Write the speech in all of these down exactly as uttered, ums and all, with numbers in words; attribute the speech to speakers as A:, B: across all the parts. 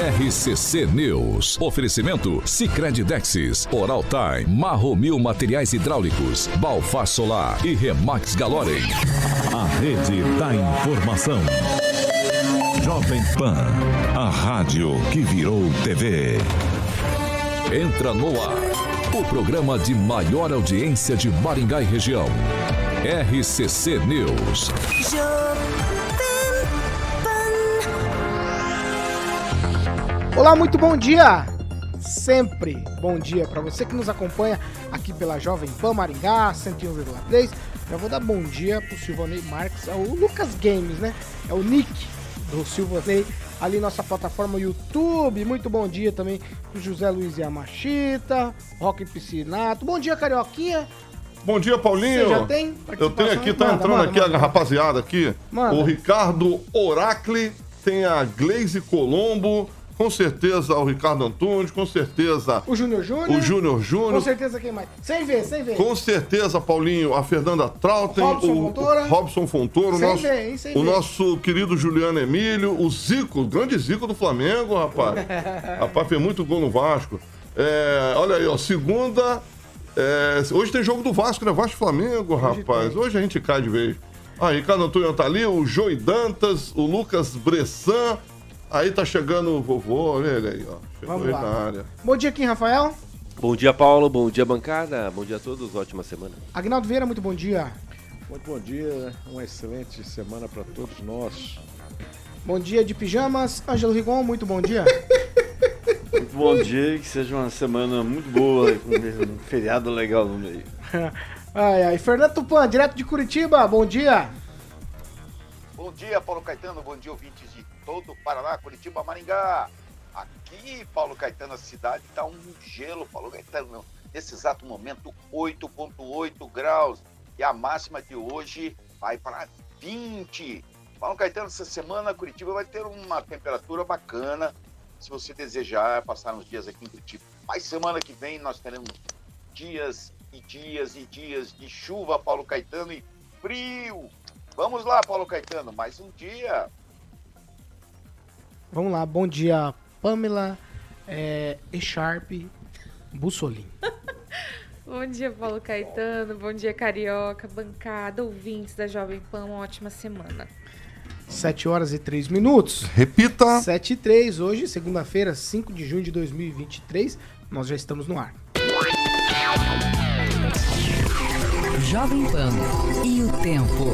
A: R C C News. Oferecimento Sicredi Dexis, Oral Time, Marromil Materiais Hidráulicos, Balfar Solar e Remax Galorem. A Rede da Informação. Jovem Pan, a rádio que virou T V. Entra no ar, o programa de maior audiência de Maringá e região. R C C News.
B: Olá, muito bom dia! Sempre bom dia para você que nos acompanha aqui pela Jovem Pan Maringá, cento e um vírgula três. Já vou dar bom dia pro Silvanei Marques, é o Lucas Games, né? É o nick do Silvanei, ali nossa plataforma YouTube. Muito bom dia também pro José Luiz Yamashita, Roque Piscinato. Bom dia, Carioquinha.
C: Bom dia, Paulinho.
B: Você já tem?
C: Eu tenho aqui, tá
B: manda,
C: entrando
B: manda,
C: aqui
B: manda.
C: a rapaziada aqui.
B: Manda.
C: O Ricardo Oracle, tem a Gleise Colombo, com certeza o Ricardo Antunes, com certeza
B: O Júnior Júnior.
C: o Júnior Júnior.
B: Com certeza quem mais? Sem ver, sem ver.
C: Com certeza, Paulinho, a Fernanda Trautem,
B: Robson
C: o,
B: Fontoura.
C: o Robson Fontoura, o,
B: Sem
C: nosso,
B: ver, hein, sem
C: o
B: ver.
C: nosso querido Juliano Emílio, o Zico, o grande Zico do Flamengo, rapaz. Rapaz, fez muito gol no Vasco. É, olha aí, ó, segunda. é, hoje tem jogo do Vasco, né? Vasco e Flamengo,
B: Hoje
C: rapaz.
B: tem.
C: Hoje a gente cai de vez. Aí, Ricardo Antônio tá ali, o Joey Dantas, o Lucas Bressan. Aí tá chegando o vovô, olha ele aí, ó. Chegou
B: Vamos
C: aí
B: lá.
C: na área.
B: Bom dia, Kim Rafael.
D: Bom dia, Paulo. Bom dia, bancada. Bom dia a todos. Ótima semana.
B: Agnaldo Vieira, muito bom dia.
E: Muito bom dia, uma excelente semana para todos nós.
B: Bom dia de pijamas. Ângelo Rigon, muito bom dia.
F: Muito bom dia, que seja uma semana muito boa, com um feriado legal no meio.
B: Ai, ai. Fernando Tupan, direto de Curitiba, bom dia.
G: Bom dia, Paulo Caetano, bom dia, ouvintes de todo o Paraná, Curitiba, Maringá. Aqui, Paulo Caetano, a cidade está um gelo, Paulo Caetano, nesse exato momento, oito vírgula oito graus. E a máxima de hoje vai para vinte. Paulo Caetano, essa semana, Curitiba vai ter uma temperatura bacana, se você desejar passar uns dias aqui em Curitiba. Mas semana que vem nós teremos dias e dias e dias de chuva, Paulo Caetano, e frio. Vamos lá, Paulo Caetano, mais um dia.
B: Vamos lá, bom dia, Pamela é, Echarp Bussolini.
H: Bom dia, Paulo Caetano. Bom dia, Carioca, bancada, ouvintes da Jovem Pan. Uma ótima semana.
B: sete horas e três minutos.
C: Repita.
B: sete e três, hoje, segunda-feira, cinco de junho de dois mil e vinte e três. Nós já estamos no ar.
I: Jovem Pan e o tempo.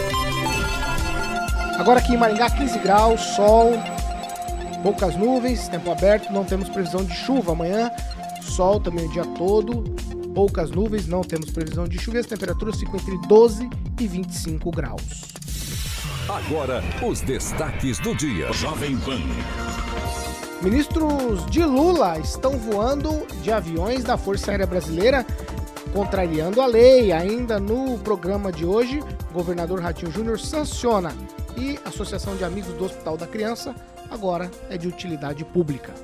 B: Agora aqui em Maringá, quinze graus, sol, poucas nuvens, tempo aberto, não temos previsão de chuva amanhã. Sol também o dia todo, poucas nuvens, não temos previsão de chuva e as temperaturas ficam entre doze e vinte e cinco graus.
A: Agora, os destaques do dia. Jovem Pan.
B: Ministros de Lula estão voando de aviões da Força Aérea Brasileira, contrariando a lei. Ainda no programa de hoje, o governador Ratinho Júnior sanciona e a Associação de Amigos do Hospital da Criança agora é de utilidade pública.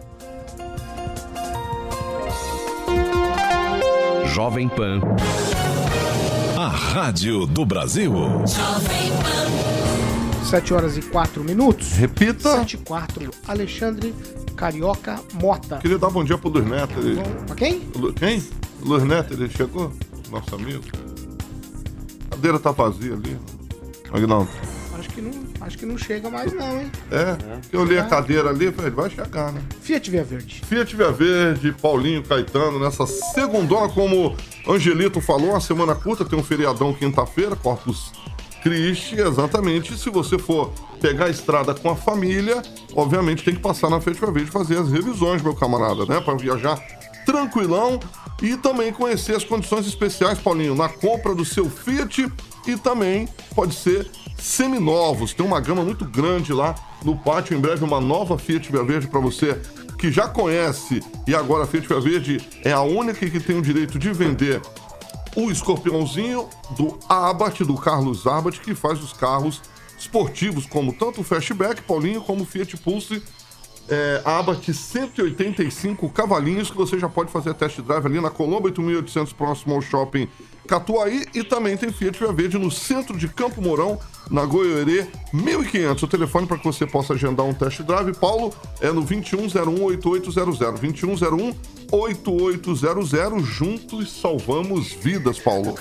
A: Jovem Pan. A rádio do Brasil.
I: Jovem Pan.
B: sete horas e quatro minutos.
C: Repita.
B: sete e quatro. Alexandre Carioca Mota.
C: Queria dar bom dia pro Luiz Neto. Ele...
B: Pra quem?
C: Lu- Quem? Luiz Neto, ele chegou? Nosso amigo. A cadeira tá vazia ali. Aguinaldo.
B: Acho que não, acho que não chega mais não, hein?
C: É, eu olhei a cadeira ali e falei, vai chegar, né?
B: Fiat Via Verde.
C: Fiat Via Verde, Paulinho Caetano, nessa segundona, como Angelito falou, uma semana curta, tem um feriadão quinta-feira, Corpus Christi, exatamente. Se você for pegar a estrada com a família, obviamente tem que passar na Fiat Via Verde e fazer as revisões, meu camarada, né? Para viajar tranquilão e também conhecer as condições especiais, Paulinho, na compra do seu Fiat e também pode ser seminovos. Tem uma gama muito grande lá no pátio. Em breve, uma nova Fiat Via Verde para você que já conhece. E agora a Fiat Via Verde é a única que tem o direito de vender o escorpiãozinho do Abarth, do Carlos Abarth, que faz os carros esportivos, como tanto o Fastback, Paulinho, como o Fiat Pulse é, a Abarth cento e oitenta e cinco cavalinhos, que você já pode fazer test drive ali na Colombo oito mil e oitocentos, próximo ao shopping Catuaí. E também tem Fiat Via Verde no centro de Campo Mourão, na Goiorê mil e quinhentos. O telefone para que você possa agendar um test drive, Paulo, é no vinte e um zero um, oito oito zero zero. vinte e um zero um, oito oito zero zero. Juntos salvamos vidas, Paulo.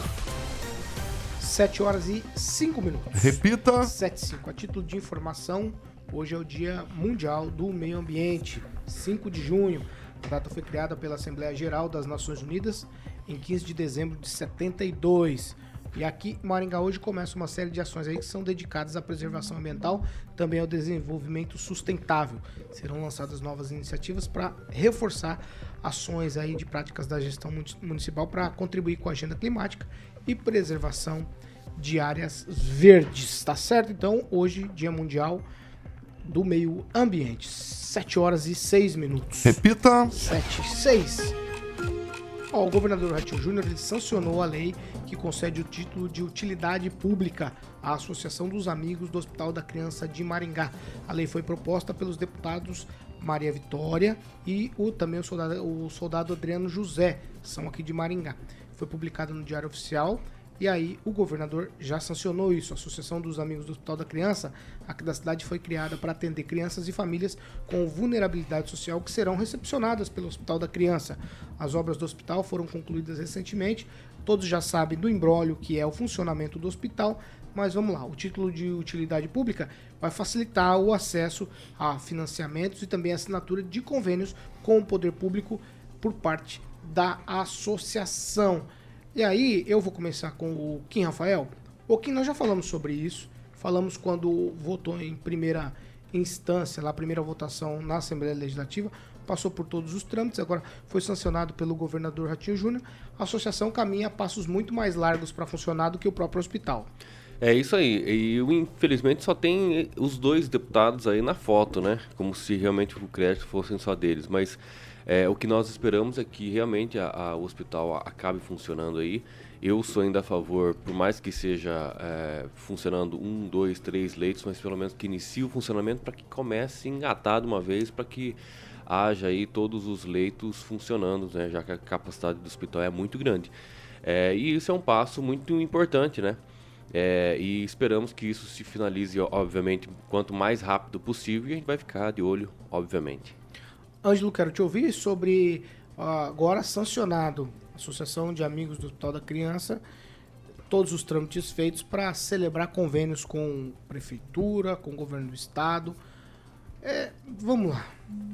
B: sete horas e cinco minutos.
C: Repita.
B: sete e cinco. A título de informação, hoje é o Dia Mundial do Meio Ambiente, cinco de junho. A data foi criada pela Assembleia Geral das Nações Unidas em quinze de dezembro de setenta e dois. E aqui em Maringá hoje começa uma série de ações aí que são dedicadas à preservação ambiental, também ao desenvolvimento sustentável. Serão lançadas novas iniciativas para reforçar ações aí de práticas da gestão municipal para contribuir com a agenda climática e preservação de áreas verdes, tá certo? Então, hoje, Dia Mundial do Meio Ambiente, sete horas e seis minutos.
C: Repita.
B: sete e seis. Ó, o governador Ratinho Júnior ele sancionou a lei que concede o título de utilidade pública à Associação dos Amigos do Hospital da Criança de Maringá. A lei foi proposta pelos deputados Maria Vitória e o, também o soldado, o soldado Adriano José, são aqui de Maringá. Foi publicada no Diário Oficial. E aí o governador já sancionou isso. A Associação dos Amigos do Hospital da Criança aqui da cidade foi criada para atender crianças e famílias com vulnerabilidade social que serão recepcionadas pelo Hospital da Criança. As obras do hospital foram concluídas recentemente. Todos já sabem do imbróglio que é o funcionamento do hospital, mas vamos lá. O título de utilidade pública vai facilitar o acesso a financiamentos e também a assinatura de convênios com o poder público por parte da associação. E aí, eu vou começar com o Kim Rafael. O Kim, nós já falamos sobre isso. Falamos quando votou em primeira instância, lá a primeira votação na Assembleia Legislativa. Passou por todos os trâmites, agora foi sancionado pelo governador Ratinho Júnior. A associação caminha a passos muito mais largos para funcionar do que o próprio hospital.
D: É isso aí. E infelizmente só tem os dois deputados aí na foto, né? Como se realmente o crédito fosse só deles. Mas... É, o que nós esperamos é que realmente a, a, o hospital acabe funcionando aí. Eu sou ainda a favor, por mais que seja é, funcionando um, dois, três leitos, mas pelo menos que inicie o funcionamento para que comece a engatar de uma vez, para que haja aí todos os leitos funcionando, né, já que a capacidade do hospital é muito grande. É, e isso é um passo muito importante, né? É, e esperamos que isso se finalize, obviamente, quanto mais rápido possível, e a gente vai ficar de olho, obviamente.
B: Ângelo, quero te ouvir sobre, uh, agora sancionado, Associação de Amigos do Hospital da Criança, todos os trâmites feitos para celebrar convênios com prefeitura, com o governo do estado. É, vamos lá.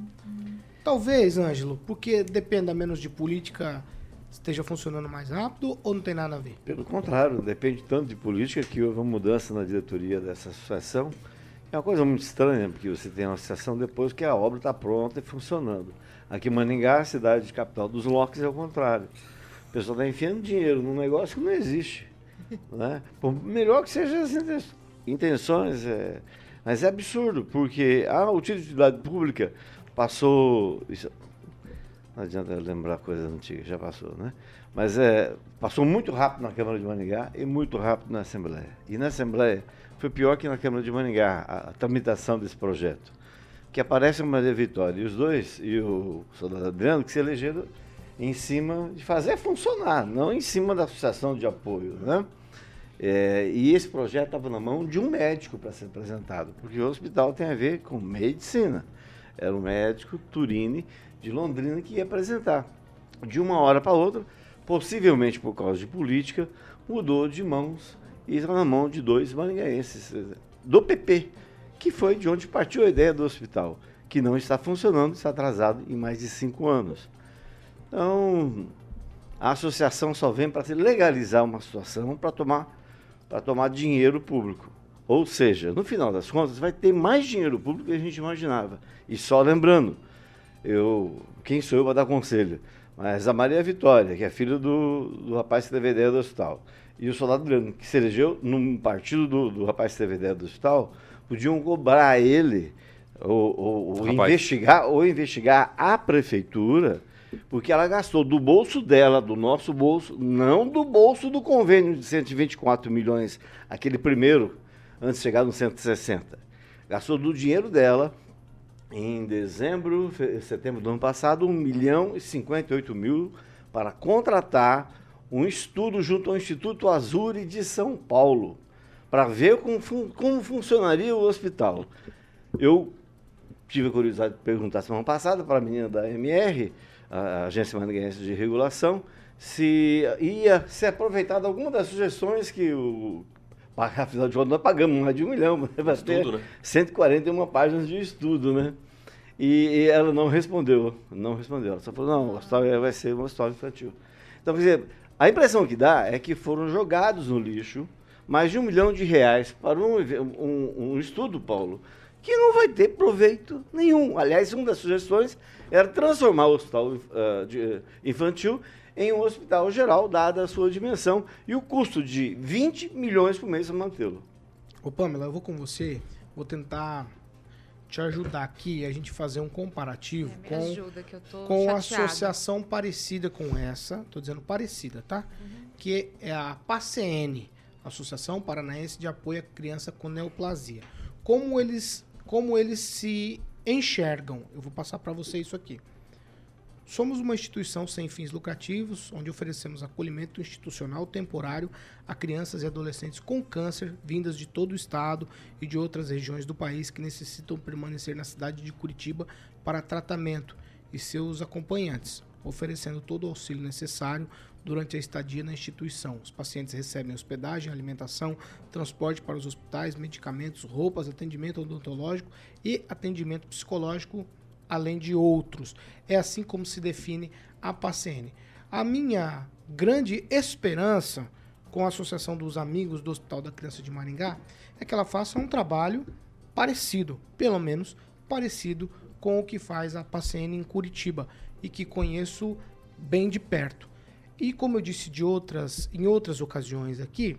B: Talvez, Ângelo, porque dependa menos de política, esteja funcionando mais rápido ou não tem nada a ver?
F: Pelo contrário, depende tanto de política que houve uma mudança na diretoria dessa associação. É uma coisa muito estranha, porque você tem uma associação depois que a obra está pronta e funcionando. Aqui em Maringá, a cidade capital dos locks, é o contrário. O pessoal está enfiando dinheiro num negócio que não existe. Né? Por melhor que sejam as intenções, é... mas é absurdo, porque a utilidade pública passou... Isso... Não adianta lembrar coisas antigas, já passou, né? Mas é... passou muito rápido na Câmara de Maringá e muito rápido na Assembleia. E na Assembleia... foi pior que na Câmara de Maringá, a, a tramitação desse projeto. Que aparece o Maria Vitória e os dois, e o soldado Adriano, que se elegeram em cima de fazer funcionar, não em cima da associação de apoio, né? É, e esse projeto estava na mão de um médico para ser apresentado, porque o hospital tem a ver com medicina. Era o médico Turini, de Londrina, que ia apresentar. De uma hora para outra, possivelmente por causa de política, mudou de mãos e está na mão de dois maringaenses do P P, que foi de onde partiu a ideia do hospital, que não está funcionando, está atrasado em mais de cinco anos. Então, a associação só vem para legalizar uma situação para tomar, para tomar dinheiro público. Ou seja, no final das contas, vai ter mais dinheiro público do que a gente imaginava. E só lembrando, eu, quem sou eu para dar conselho? Mas a Maria Vitória, que é filha do, do rapaz que teve a ideia do hospital, e o soldado Adriano, que se elegeu num partido do, do rapaz que teve a ideia do hospital, podiam cobrar ele, ou, ou, ou investigar, ou investigar a prefeitura, porque ela gastou do bolso dela, do nosso bolso, não do bolso do convênio de cento e vinte e quatro milhões, aquele primeiro, antes de chegar no cento e sessenta. Gastou do dinheiro dela em dezembro, setembro do ano passado, um milhão e cinquenta e oito mil para contratar um estudo junto ao Instituto Azure de São Paulo, para ver como, fun como funcionaria o hospital. Eu tive a curiosidade de perguntar semana passada para a menina da M R, a Agência Maranhense de Regulação, se ia ser aproveitada alguma das sugestões que o... Afinal de contas, nós pagamos mais de um milhão, né? Vai ter né? cento e quarenta e uma páginas de estudo, né? E, e ela não respondeu, não respondeu. Ela só falou, não, o hospital vai ser um hospital infantil. Então, quer dizer, a impressão que dá é que foram jogados no lixo mais de um milhão de reais para um, um, um estudo, Paulo, que não vai ter proveito nenhum. Aliás, uma das sugestões era transformar o hospital uh, de, uh, infantil em um hospital geral, dada a sua dimensão e o custo de vinte milhões por mês para mantê-lo.
B: Ô Pamela, eu vou com você, vou tentar te ajudar aqui a gente fazer um comparativo
H: é,
B: com,
H: ajuda, que eu tô
B: com a
H: chateada.
B: associação parecida com essa, tô dizendo parecida, tá? Uhum. Que é a PACN, Associação Paranaense de Apoio à Criança com Neoplasia. Como eles, como eles se enxergam? Eu vou passar para você isso aqui. Somos uma instituição sem fins lucrativos, onde oferecemos acolhimento institucional temporário a crianças e adolescentes com câncer, vindas de todo o estado e de outras regiões do país que necessitam permanecer na cidade de Curitiba para tratamento e seus acompanhantes, oferecendo todo o auxílio necessário durante a estadia na instituição. Os pacientes recebem hospedagem, alimentação, transporte para os hospitais, medicamentos, roupas, atendimento odontológico e atendimento psicológico, além de outros. É assim como se define a PACN. A minha grande esperança com a Associação dos Amigos do Hospital da Criança de Maringá é que ela faça um trabalho parecido, pelo menos parecido com o que faz a PACN em Curitiba e que conheço bem de perto. E como eu disse de outras, em outras ocasiões aqui,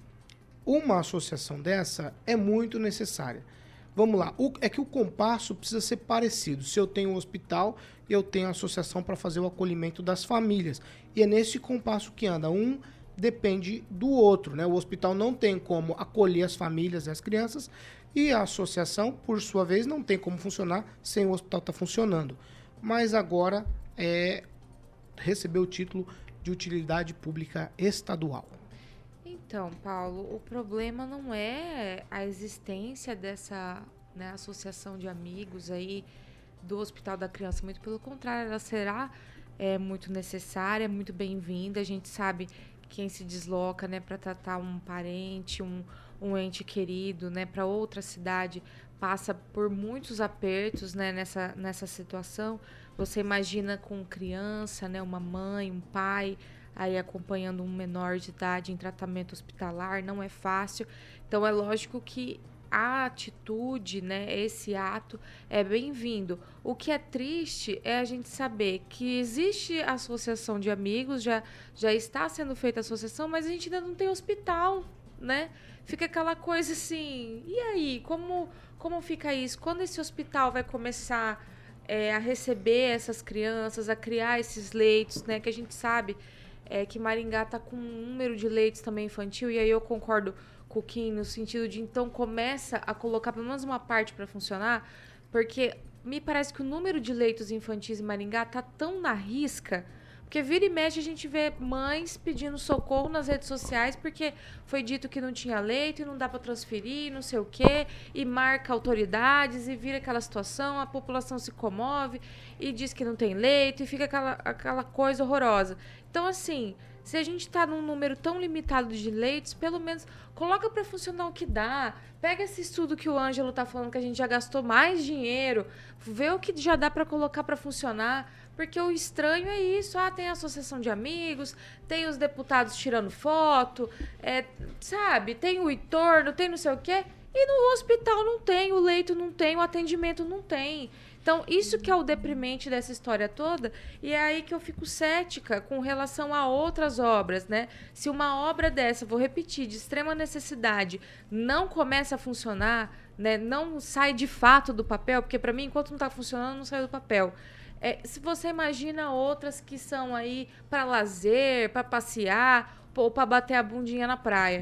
B: uma associação dessa é muito necessária. Vamos lá, o, é que o compasso precisa ser parecido. Se eu tenho um hospital, eu tenho a associação para fazer o acolhimento das famílias. E é nesse compasso que anda. Um depende do outro, né? O hospital não tem como acolher as famílias e as crianças e a associação, por sua vez, não tem como funcionar sem o hospital estar funcionando. Mas agora é, recebeu o título de utilidade pública estadual.
H: Então, Paulo, o problema não é a existência dessa, né, associação de amigos aí do Hospital da Criança, muito pelo contrário, ela será é, muito necessária, muito bem-vinda. A gente sabe quem se desloca, né, para tratar um parente, um, um ente querido, né, para outra cidade, passa por muitos apertos, né, nessa, nessa situação. Você imagina com criança, né, uma mãe, um pai, aí acompanhando um menor de idade em tratamento hospitalar, não é fácil. Então, é lógico que a atitude, né, esse ato é bem-vindo. O que é triste é a gente saber que existe a associação de amigos, já, já está sendo feita a associação, mas a gente ainda não tem hospital, né? Fica aquela coisa assim, e aí, como, como fica isso? Quando esse hospital vai começar é, a receber essas crianças, a criar esses leitos, né, que a gente sabe É que Maringá está com um número de leitos também infantil, e aí eu concordo com o Kim no sentido de, então, começa a colocar pelo menos uma parte para funcionar, porque me parece que o número de leitos infantis em Maringá está tão na risca, porque vira e mexe a gente vê mães pedindo socorro nas redes sociais porque foi dito que não tinha leito e não dá para transferir, não sei o quê, e marca autoridades e vira aquela situação, a população se comove e diz que não tem leito e fica aquela, aquela coisa horrorosa. Então, assim, se a gente está num número tão limitado de leitos, pelo menos coloca para funcionar o que dá. Pega esse estudo que o Ângelo está falando que a gente já gastou mais dinheiro, vê o que já dá para colocar para funcionar. Porque o estranho é isso, ah, tem a associação de amigos, tem os deputados tirando foto, é, sabe, tem o entorno, tem não sei o quê, e no hospital não tem, o leito não tem, o atendimento não tem. Então, isso que é o deprimente dessa história toda, e é aí que eu fico cética com relação a outras obras, né? Se uma obra dessa, vou repetir, de extrema necessidade, não começa a funcionar, né, não sai de fato do papel, porque para mim, enquanto não está funcionando, não sai do papel. É, se você imagina outras que são aí para lazer, para passear ou para bater a bundinha na praia.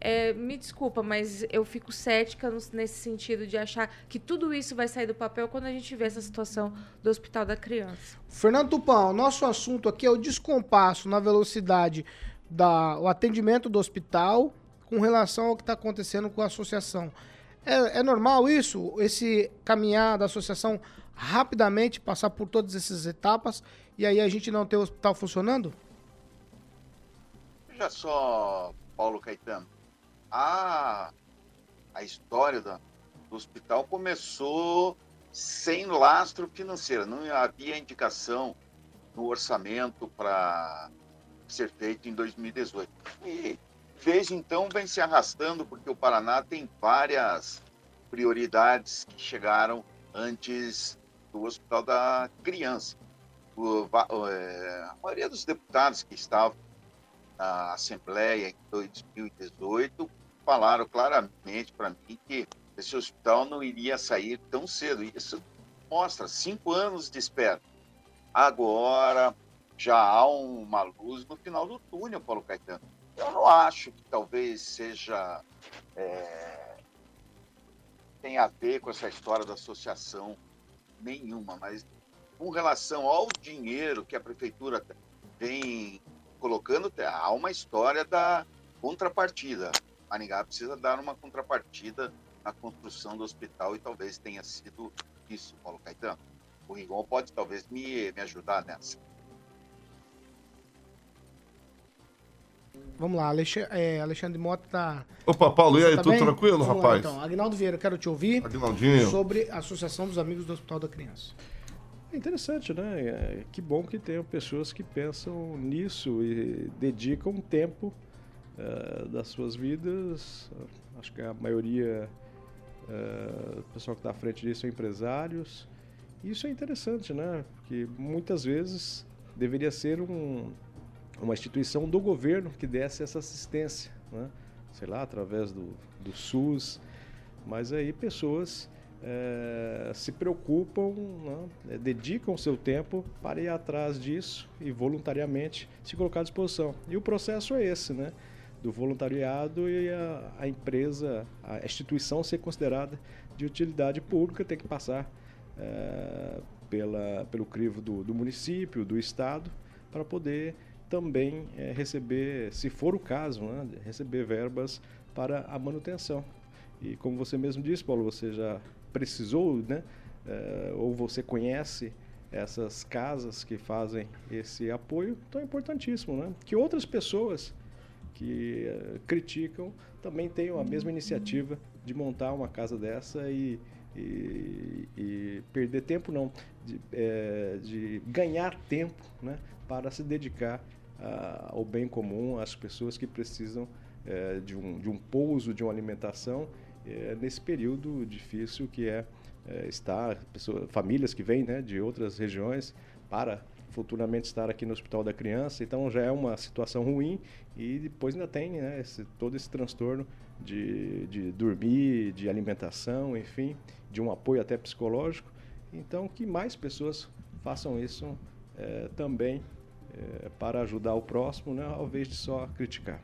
H: É, me desculpa, mas eu fico cética no, nesse sentido de achar que tudo isso vai sair do papel quando a gente vê essa situação do Hospital da Criança.
B: Fernando Tupan, o nosso assunto aqui é o descompasso na velocidade do atendimento do hospital com relação ao que está acontecendo com a associação. É, é normal isso? Esse caminhar da associação rapidamente, passar por todas essas etapas e aí a gente não ter o hospital funcionando?
G: Veja só, Paulo Caetano. A, a história da, do hospital começou sem lastro financeiro. Não havia indicação no orçamento para ser feito em dois mil e dezoito. E desde então vem se arrastando, porque o Paraná tem várias prioridades que chegaram antes do Hospital da Criança. O, a maioria dos deputados que estavam na Assembleia em dois mil e dezoito falaram claramente para mim que esse hospital não iria sair tão cedo. Isso mostra cinco anos de espera. Agora já há uma luz no final do túnel, Paulo Caetano. Eu não acho que talvez seja é, tenha a ver com essa história da associação nenhuma, mas com relação ao dinheiro que a prefeitura vem colocando, há uma história da contrapartida. Maringá precisa dar uma contrapartida na construção do hospital e talvez tenha sido isso, Paulo Caetano. O Rigon pode talvez me, me ajudar nessa.
B: Vamos lá, Alexandre, é, Alexandre Mota tá...
C: Opa, Paulo, e aí,
B: tá
C: tudo
B: bem?
C: tranquilo,
B: Vamos
C: rapaz?
B: Lá, então. Aguinaldo Vieira, quero te ouvir
C: Aguinaldinho.
B: sobre a Associação dos Amigos do Hospital da Criança.
E: É interessante, né? É, que bom que tenham pessoas que pensam nisso e dedicam tempo uh, das suas vidas. Acho que a maioria uh, do pessoal que está à frente disso são empresários. Isso é interessante, né? Porque muitas vezes deveria ser um, uma instituição do governo que desse essa assistência, né? Sei lá, através do, do SUS. Mas aí pessoas... É, se preocupam, né, dedicam seu tempo para ir atrás disso e voluntariamente se colocar à disposição. E o processo é esse, né, do voluntariado e a, a empresa, a instituição ser considerada de utilidade pública, tem que passar é, pela, pelo crivo do, do município, do estado, para poder também é, receber, se for o caso, né, receber verbas para a manutenção. E como você mesmo disse, Paulo, você já precisou, né, uh, ou você conhece essas casas que fazem esse apoio, então é importantíssimo, né, que outras pessoas que uh, criticam também tenham a mesma iniciativa de montar uma casa dessa e, e, e perder tempo não, de, é, de ganhar tempo, né, para se dedicar uh, ao bem comum, às pessoas que precisam uh, de, um, de um pouso, de uma alimentação, É, nesse período difícil que é, é estar, pessoas, famílias que vêm, né, de outras regiões para futuramente estar aqui no Hospital da Criança, então já é uma situação ruim e depois ainda tem, né, esse, todo esse transtorno de, de dormir, de alimentação, enfim, de um apoio até psicológico, então que mais pessoas façam isso é, também é, para ajudar o próximo, né, ao invés de só criticar.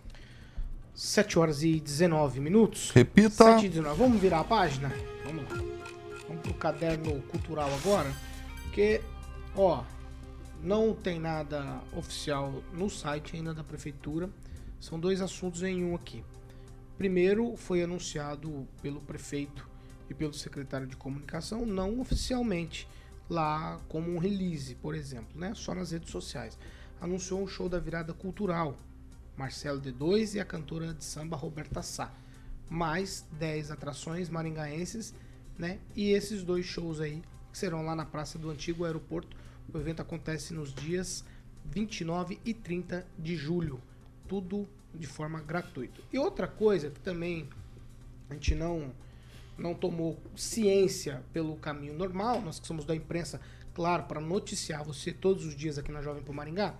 B: sete horas e dezenove minutos.
C: Repita.
B: sete e dezenove. Vamos virar a página? Vamos lá. Vamos pro caderno cultural agora. Porque, ó, não tem nada oficial no site ainda da prefeitura. São dois assuntos em um aqui. Primeiro, foi anunciado pelo prefeito e pelo secretário de comunicação, não oficialmente, lá como um release, por exemplo, né? Só nas redes sociais. Anunciou um show da virada cultural. Marcelo D dois e a cantora de samba Roberta Sá. Mais dez atrações maringaenses, né? E esses dois shows aí, que serão lá na Praça do Antigo Aeroporto. O evento acontece nos dias vinte e nove e trinta de julho. Tudo de forma gratuita. E outra coisa que também a gente não, não tomou ciência pelo caminho normal, nós que somos da imprensa, claro, para noticiar você todos os dias aqui na Jovem Pan Maringá,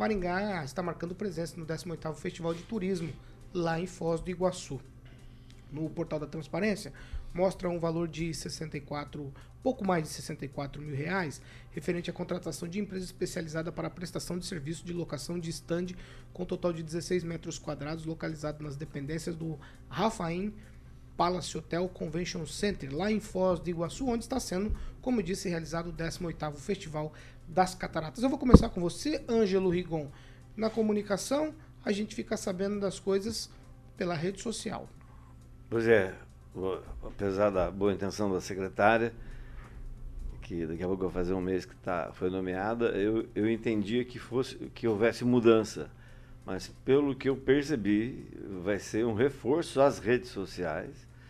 B: Maringá está marcando presença no décimo oitavo Festival de Turismo, lá em Foz do Iguaçu. no portal da Transparência, mostra um valor de sessenta e quatro, pouco mais de sessenta e quatro mil reais, referente à contratação de empresa especializada para a prestação de serviço de locação de estande com total de dezesseis metros quadrados, localizado nas dependências do Rafaim Palace Hotel Convention Center, lá em Foz do Iguaçu, onde está sendo, como eu disse, realizado o décimo oitavo Festival das Cataratas. Eu vou começar com você, Ângelo Rigon. Na comunicação, a gente fica sabendo das coisas pela rede social.
F: Pois é, apesar da boa intenção da secretária, que daqui a pouco vai fazer um mês que tá, foi nomeada, eu, eu entendia que, fosse, que houvesse mudança. Mas, pelo que eu percebi, vai ser um reforço às redes sociais.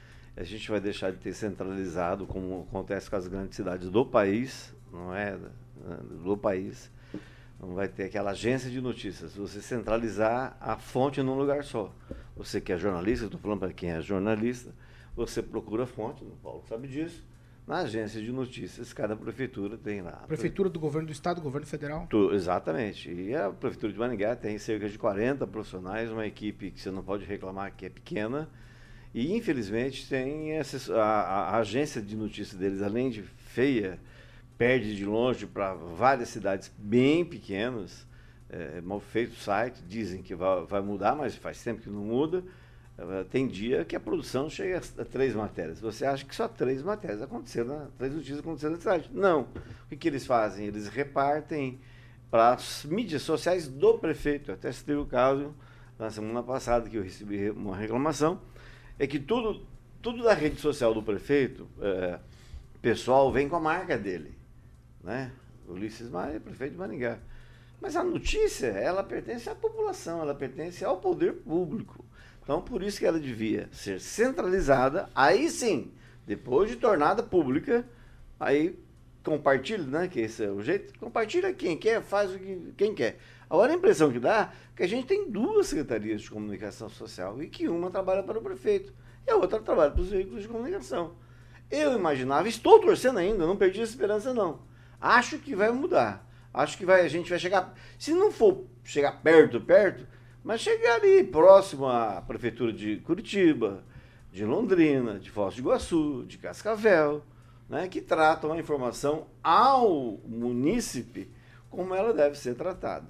F: A gente vai deixar de ter centralizado, como acontece com as grandes cidades do país, não é? Do país. Não vai ter aquela agência de notícias. Você centralizar a fonte num lugar só. Você que é jornalista, estou falando para quem é jornalista, você procura a fonte, o Paulo sabe disso, na agência de notícias, cada prefeitura tem lá.
B: Prefeitura do governo do estado, governo federal?
F: Tu, exatamente. E a prefeitura de Maringá tem cerca de quarenta profissionais, uma equipe que você não pode reclamar que é pequena. E, infelizmente, tem essa, a, a agência de notícias deles, além de feia, perde de longe para várias cidades bem pequenas. É, mal feito o site, dizem que vai, vai mudar, mas faz tempo que não muda. Tem dia que a produção chega a três matérias. Você acha que só três matérias aconteceram, né? Três notícias aconteceram na cidade. Não. O que, que eles fazem? Eles repartem para as mídias sociais do prefeito. Eu até citei o caso na semana passada que eu recebi uma reclamação. É que tudo, tudo da rede social do prefeito, é, pessoal vem com a marca dele. Né? Ulisses Maia, prefeito de Maringá. Mas a notícia, ela pertence à população, ela pertence ao poder público. Então, por isso que ela devia ser centralizada, aí sim, depois de tornada pública, aí compartilha, né, que esse é o jeito, compartilha quem quer, faz o que quem quer. Agora, a impressão que dá é que a gente tem duas secretarias de comunicação social e que uma trabalha para o prefeito e a outra trabalha para os veículos de comunicação. Eu imaginava, estou torcendo ainda, não perdi a esperança não. Acho que vai mudar, acho que vai, a gente vai chegar, se não for chegar perto, perto, mas chegar ali próximo à prefeitura de Curitiba, de Londrina, de Foz do Iguaçu, de Cascavel, né, que tratam a informação ao munícipe como ela deve ser tratada.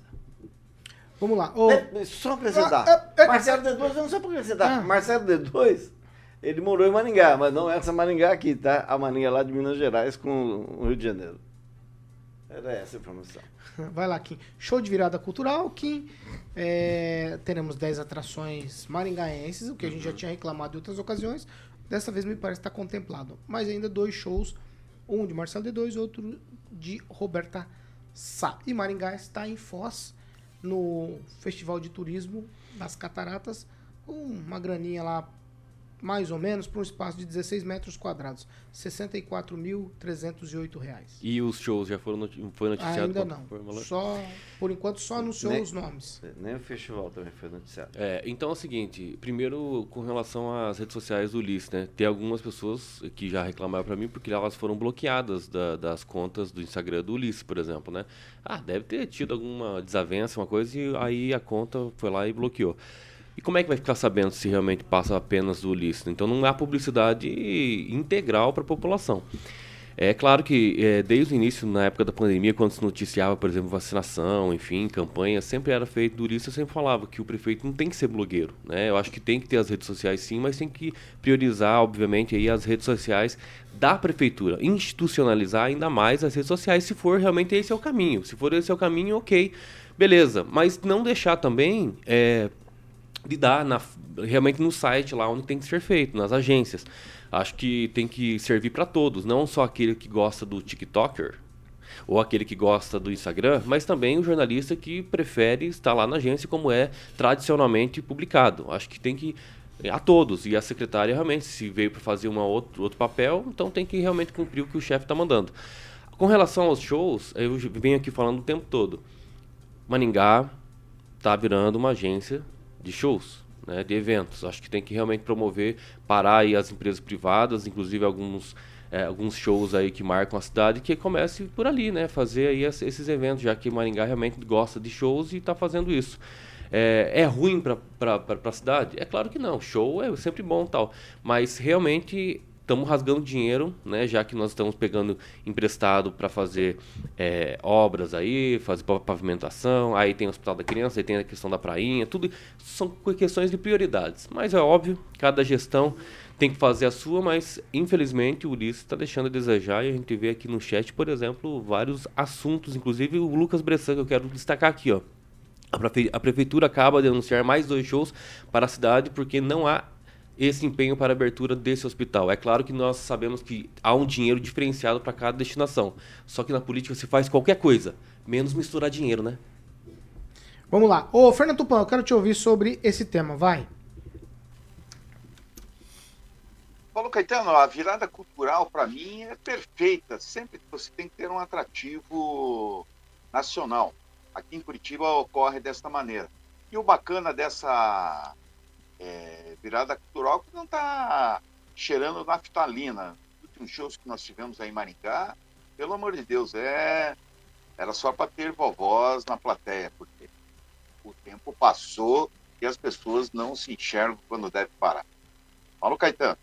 B: Vamos lá. Oh.
F: É, só acrescentar.
B: Ah, é, é,
F: Marcelo D dois, não só para acrescentar.
B: Ah.
F: Marcelo D dois, ele morou em Maringá, mas não essa Maringá aqui, tá? A Maringá lá de Minas Gerais com o Rio de Janeiro. Era essa a informação.
B: Vai lá, Kim. Show de virada cultural, Kim. É, teremos dez atrações maringaenses, o que a gente já tinha reclamado em outras ocasiões. Dessa vez me parece estar contemplado. Mas ainda dois shows, um de Marcelo D dois, outro de Roberta Sá. E Maringá está em Foz, no Festival de Turismo das Cataratas, com uma graninha lá, mais ou menos, para um espaço de dezesseis metros quadrados. sessenta e quatro mil trezentos e oito reais.
D: E os shows já foram noti foi noticiado?
B: Ainda não. Só, por enquanto, só anunciou
F: nem,
B: os nomes.
F: Nem o festival também foi noticiado.
D: É, então é o seguinte, primeiro com relação às redes sociais do Ulisses, né? Tem algumas pessoas que já reclamaram para mim porque elas foram bloqueadas da, das contas do Instagram do Ulisses, por exemplo, né? Ah, deve ter tido alguma desavença, uma coisa, e aí a conta foi lá e bloqueou. E como é que vai ficar sabendo se realmente passa apenas do Ulisses? Então não há publicidade integral para a população. É claro que é, desde o início, na época da pandemia, quando se noticiava, por exemplo, vacinação, enfim, campanha, sempre era feito do Ulisses, eu sempre falava que o prefeito não tem que ser blogueiro, né? Eu acho que tem que ter as redes sociais sim, mas tem que priorizar, obviamente, aí as redes sociais da prefeitura, institucionalizar ainda mais as redes sociais, se for realmente esse é o caminho. Se for esse é o caminho, ok, beleza. Mas não deixar também... É, de dar na, realmente no site lá onde tem que ser feito, nas agências. Acho que tem que servir para todos, não só aquele que gosta do TikToker ou aquele que gosta do Instagram, mas também o jornalista que prefere estar lá na agência como é tradicionalmente publicado. Acho que tem que a todos, e a secretária realmente, se veio para fazer uma outro, outro papel, então tem que realmente cumprir o que o chefe está mandando. Com relação aos shows, eu venho aqui falando o tempo todo, Maringá está virando uma agência de shows, né, de eventos. Acho que tem que realmente promover, parar aí as empresas privadas, inclusive alguns, é, alguns shows aí que marcam a cidade, que comece por ali, né, fazer aí esses eventos, já que Maringá realmente gosta de shows e está fazendo isso. é, é ruim para a cidade? É claro que não, show é sempre bom e tal, mas realmente estamos rasgando dinheiro, né, já que nós estamos pegando emprestado para fazer é, obras aí, fazer pavimentação, aí tem o Hospital da Criança, aí tem a questão da prainha, tudo são questões de prioridades, mas é óbvio, cada gestão tem que fazer a sua, mas infelizmente o Ulisses está deixando a desejar, e a gente vê aqui no chat, por exemplo, vários assuntos, inclusive o Lucas Bressan, que eu quero destacar aqui, ó. A, prefe- a prefeitura acaba de anunciar mais dois shows para a cidade porque não há esse empenho para a abertura desse hospital. É claro que nós sabemos que há um dinheiro diferenciado para cada destinação, só que na política se faz qualquer coisa, menos misturar dinheiro, né?
B: Vamos lá. Ô, Fernando Tupan, eu quero te ouvir sobre esse tema, vai.
G: Paulo Caetano, a virada cultural, para mim, é perfeita. Sempre você tem que ter um atrativo nacional. Aqui em Curitiba ocorre desta maneira. E o bacana dessa é, virada cultural que não está cheirando naftalina. Os últimos shows que nós tivemos aí em Maringá, pelo amor de Deus, é, era só para ter vovós na plateia, porque o tempo passou e as pessoas não se enxergam quando deve parar. Paulo Caetano.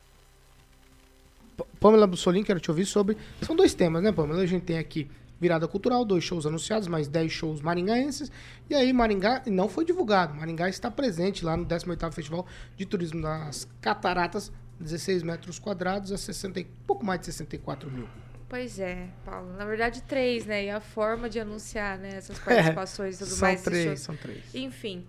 B: Pamela Bussolini, quero te ouvir sobre... São dois temas, né, Pamela? A gente tem aqui virada cultural, dois shows anunciados, mais dez shows maringaenses. E aí Maringá não foi divulgado. Maringá está presente lá no décimo oitavo Festival de Turismo das Cataratas, dezesseis metros quadrados a sessenta, pouco mais de sessenta e quatro mil.
H: Pois é, Paulo. Na verdade, três, né? E a forma de anunciar, né, essas participações e tudo
B: são
H: mais.
B: Três,
H: shows.
B: são três.
H: Enfim,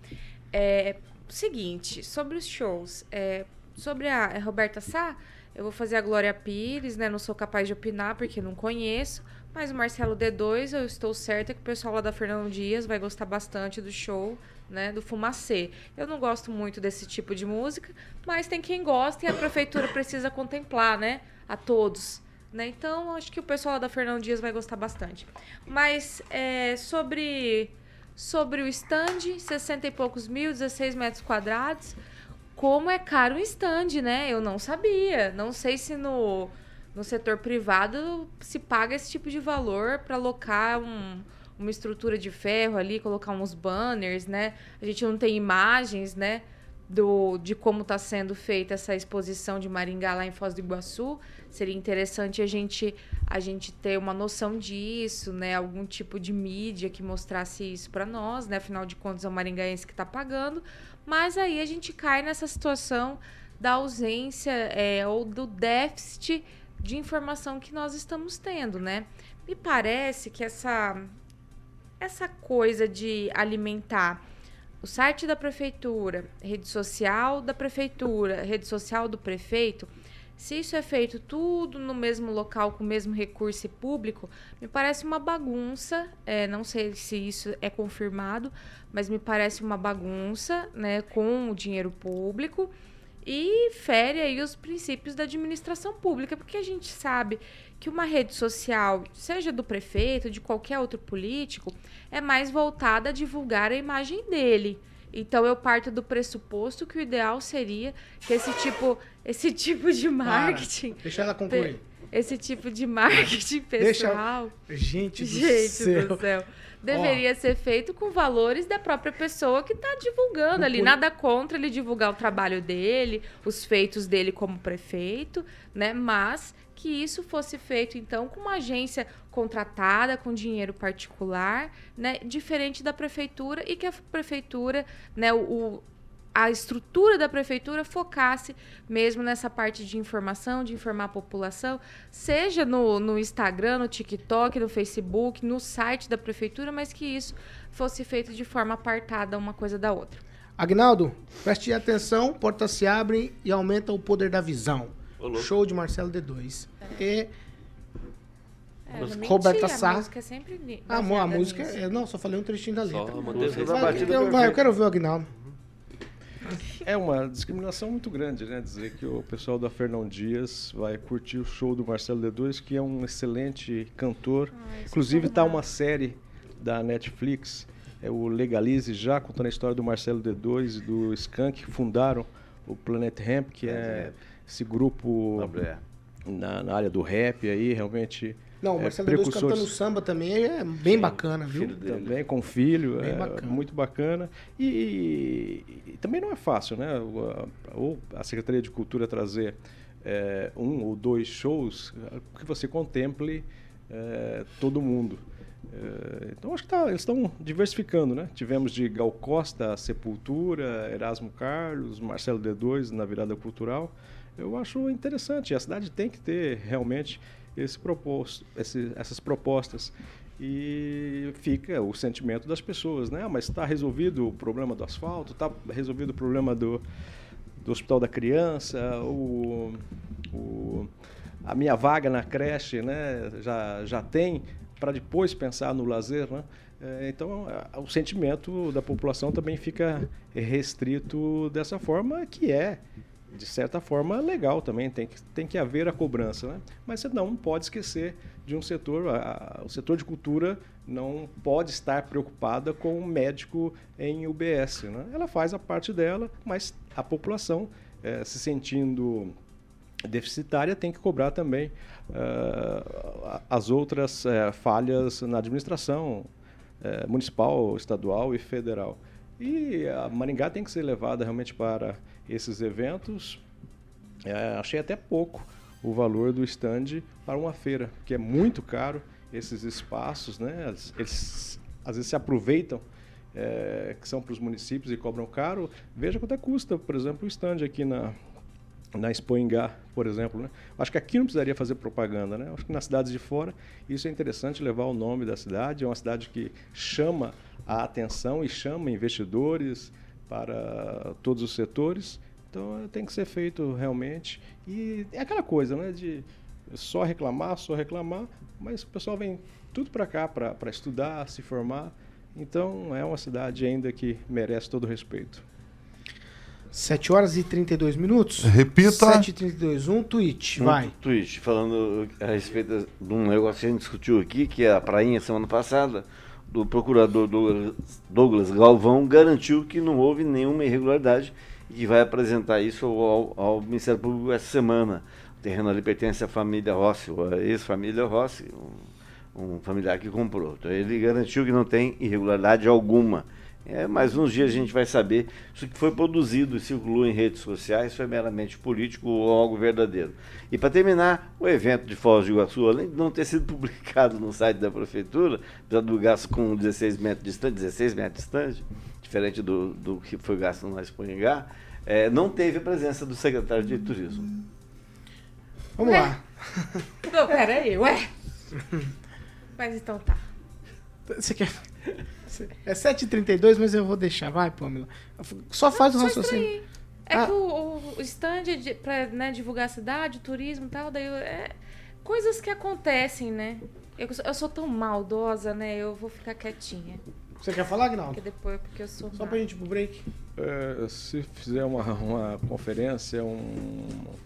H: é, seguinte, sobre os shows, é, sobre a Roberta Sá, eu vou fazer a Glória Pires, né? Não sou capaz de opinar porque não conheço. Mas o Marcelo D dois, eu estou certa que o pessoal lá da Fernão Dias vai gostar bastante do show, né? Do Fumacê. Eu não gosto muito desse tipo de música, mas tem quem gosta e a prefeitura precisa contemplar, né? A todos. Né? Então, acho que o pessoal lá da Fernão Dias vai gostar bastante. Mas é, sobre, sobre o stand, sessenta e poucos mil, dezesseis metros quadrados... Como é caro um stand, né? Eu não sabia. Não sei se no, no setor privado se paga esse tipo de valor para alocar um, uma estrutura de ferro ali, colocar uns banners, né? A gente não tem imagens, né? Do, de como está sendo feita essa exposição de Maringá lá em Foz do Iguaçu. Seria interessante a gente, a gente ter uma noção disso, né? Algum tipo de mídia que mostrasse isso para nós, né? Afinal de contas, é o maringaense que está pagando. Mas aí a gente cai nessa situação da ausência é, ou do déficit de informação que nós estamos tendo, né? Me parece que essa, essa coisa de alimentar o site da prefeitura, rede social da prefeitura, rede social do prefeito, se isso é feito tudo no mesmo local, com o mesmo recurso público, me parece uma bagunça, é, não sei se isso é confirmado, mas me parece uma bagunça, né, com o dinheiro público e fere aí os princípios da administração pública, porque a gente sabe que uma rede social, seja do prefeito, de qualquer outro político, é mais voltada a divulgar a imagem dele. Então, eu parto do pressuposto que o ideal seria que esse tipo, esse tipo de marketing...
B: Para. Deixa ela concluir.
H: Esse tipo de marketing pessoal...
B: Deixa... Gente do
H: gente
B: céu.
H: do céu. Deveria oh. ser feito com valores da própria pessoa que está divulgando ali.
B: Poli...
H: Nada contra ele divulgar o trabalho dele, os feitos dele como prefeito, né? Mas que isso fosse feito, então, com uma agência contratada, com dinheiro particular, né? Diferente da prefeitura, e que a prefeitura, né? O, a estrutura da prefeitura focasse mesmo nessa parte de informação, de informar a população, seja no, no Instagram, no TikTok, no Facebook, no site da prefeitura, mas que isso fosse feito de forma apartada uma coisa da outra.
B: Agnaldo, preste atenção, portas se abrem e aumenta o poder da visão.
D: Olô.
B: Show de Marcelo D dois. É.
H: É, não
B: Roberta
H: mentia,
B: Sá.
H: A música é sempre
B: Ah, a música
H: nisso.
B: é, não, só falei um trechinho da letra.
D: Só
F: Música da
B: Vai,
F: batida
B: eu, vai, eu
F: perfeita.
B: quero ver o Agnaldo.
E: É uma discriminação muito grande, né? Dizer que o pessoal da Fernão Dias vai curtir o show do Marcelo D dois, que é um excelente cantor.
H: Ah,
E: Inclusive está uma série da Netflix, é o Legalize, já contando a história do Marcelo D dois e do Skank, que fundaram o Planet Hemp, que é esse grupo na, na área do rap aí, realmente...
B: Não, o Marcelo D dois cantando samba também é bem Sim, bacana, viu?
E: Também com filho,
B: bem
E: é
B: bacana.
E: muito bacana. E, e, e também não é fácil, né? Ou a Secretaria de Cultura trazer é, um ou dois shows que você contemple é, todo mundo. É, então acho que tá, eles estão diversificando, né? Tivemos de Gal Costa, Sepultura, Erasmo Carlos, Marcelo D dois na virada cultural. Eu acho interessante. A cidade tem que ter realmente esse proposto, esse, essas propostas. E fica o sentimento das pessoas, né? Ah, mas está resolvido o problema do asfalto, está resolvido o problema do, do Hospital da Criança, o, o, a minha vaga na creche, né? já, já tem, para depois pensar no lazer, né? Então, o sentimento da população também fica restrito dessa forma, que é, de certa forma, legal também, tem que, tem que haver a cobrança, né? Mas você não pode esquecer de um setor, a, a, o setor de cultura não pode estar preocupada com o médico em U B S, né? Ela faz a parte dela, mas a população, eh, se sentindo deficitária, tem que cobrar também uh, as outras uh, falhas na administração uh, municipal, estadual e federal. E a Maringá tem que ser levada realmente para esses eventos. É, achei até pouco o valor do stand para uma feira, que é muito caro esses espaços, né? Eles, eles às vezes se aproveitam, é, que são para os municípios e cobram caro. Veja quanto é que custa, por exemplo, o stand aqui na, na Expo Ingá, por exemplo, né? Acho que aqui não precisaria fazer propaganda, né? Acho que nas cidades de fora isso é interessante, levar o nome da cidade. É uma cidade que chama a atenção e chama investidores para todos os setores. Então tem que ser feito realmente. E é aquela coisa, né, de só reclamar, só reclamar, mas o pessoal vem tudo para cá para estudar, se formar. Então é uma cidade ainda que merece todo o respeito.
B: sete horas e trinta e dois minutos.
C: Repita.
B: sete e trinta e dois, um tweet,
F: um
B: vai.
F: tweet, falando a respeito de um negócio que a gente discutiu aqui, que é a prainha semana passada, do procurador Douglas Galvão garantiu que não houve nenhuma irregularidade e que vai apresentar isso ao, ao Ministério Público essa semana. O terreno ali pertence à família Rossi, a ex-família Rossi, um, um familiar que comprou. Então ele garantiu que não tem irregularidade alguma. É, mais uns dias a gente vai saber se o que foi produzido e circulou em redes sociais foi meramente político ou algo verdadeiro. E para terminar, o evento de Foz do Iguaçu, além de não ter sido publicado no site da prefeitura, apesar do gasto com dezesseis metros de distância, dezesseis metros de distância, diferente do, do que foi gasto na Expo Ingá, é, não teve a presença do secretário de Turismo.
B: Vamos
H: ué?
B: lá.
H: Não, peraí, ué. Mas então tá.
B: Você quer... É sete e trinta e dois, mas eu vou deixar. Vai, Pamela. Só faz
H: não,
B: o raciocínio.
H: É
B: ah.
H: que o, o stand de, pra, né, divulgar a cidade, o turismo e tal, daí é coisas que acontecem, né? Eu, eu sou tão maldosa, né? Eu vou ficar quietinha.
B: Você quer falar, Aguinaldo?
H: Porque depois, porque eu sou
B: Só
H: má.
B: pra gente ir pro break.
E: É, se fizer uma, uma conferência, um,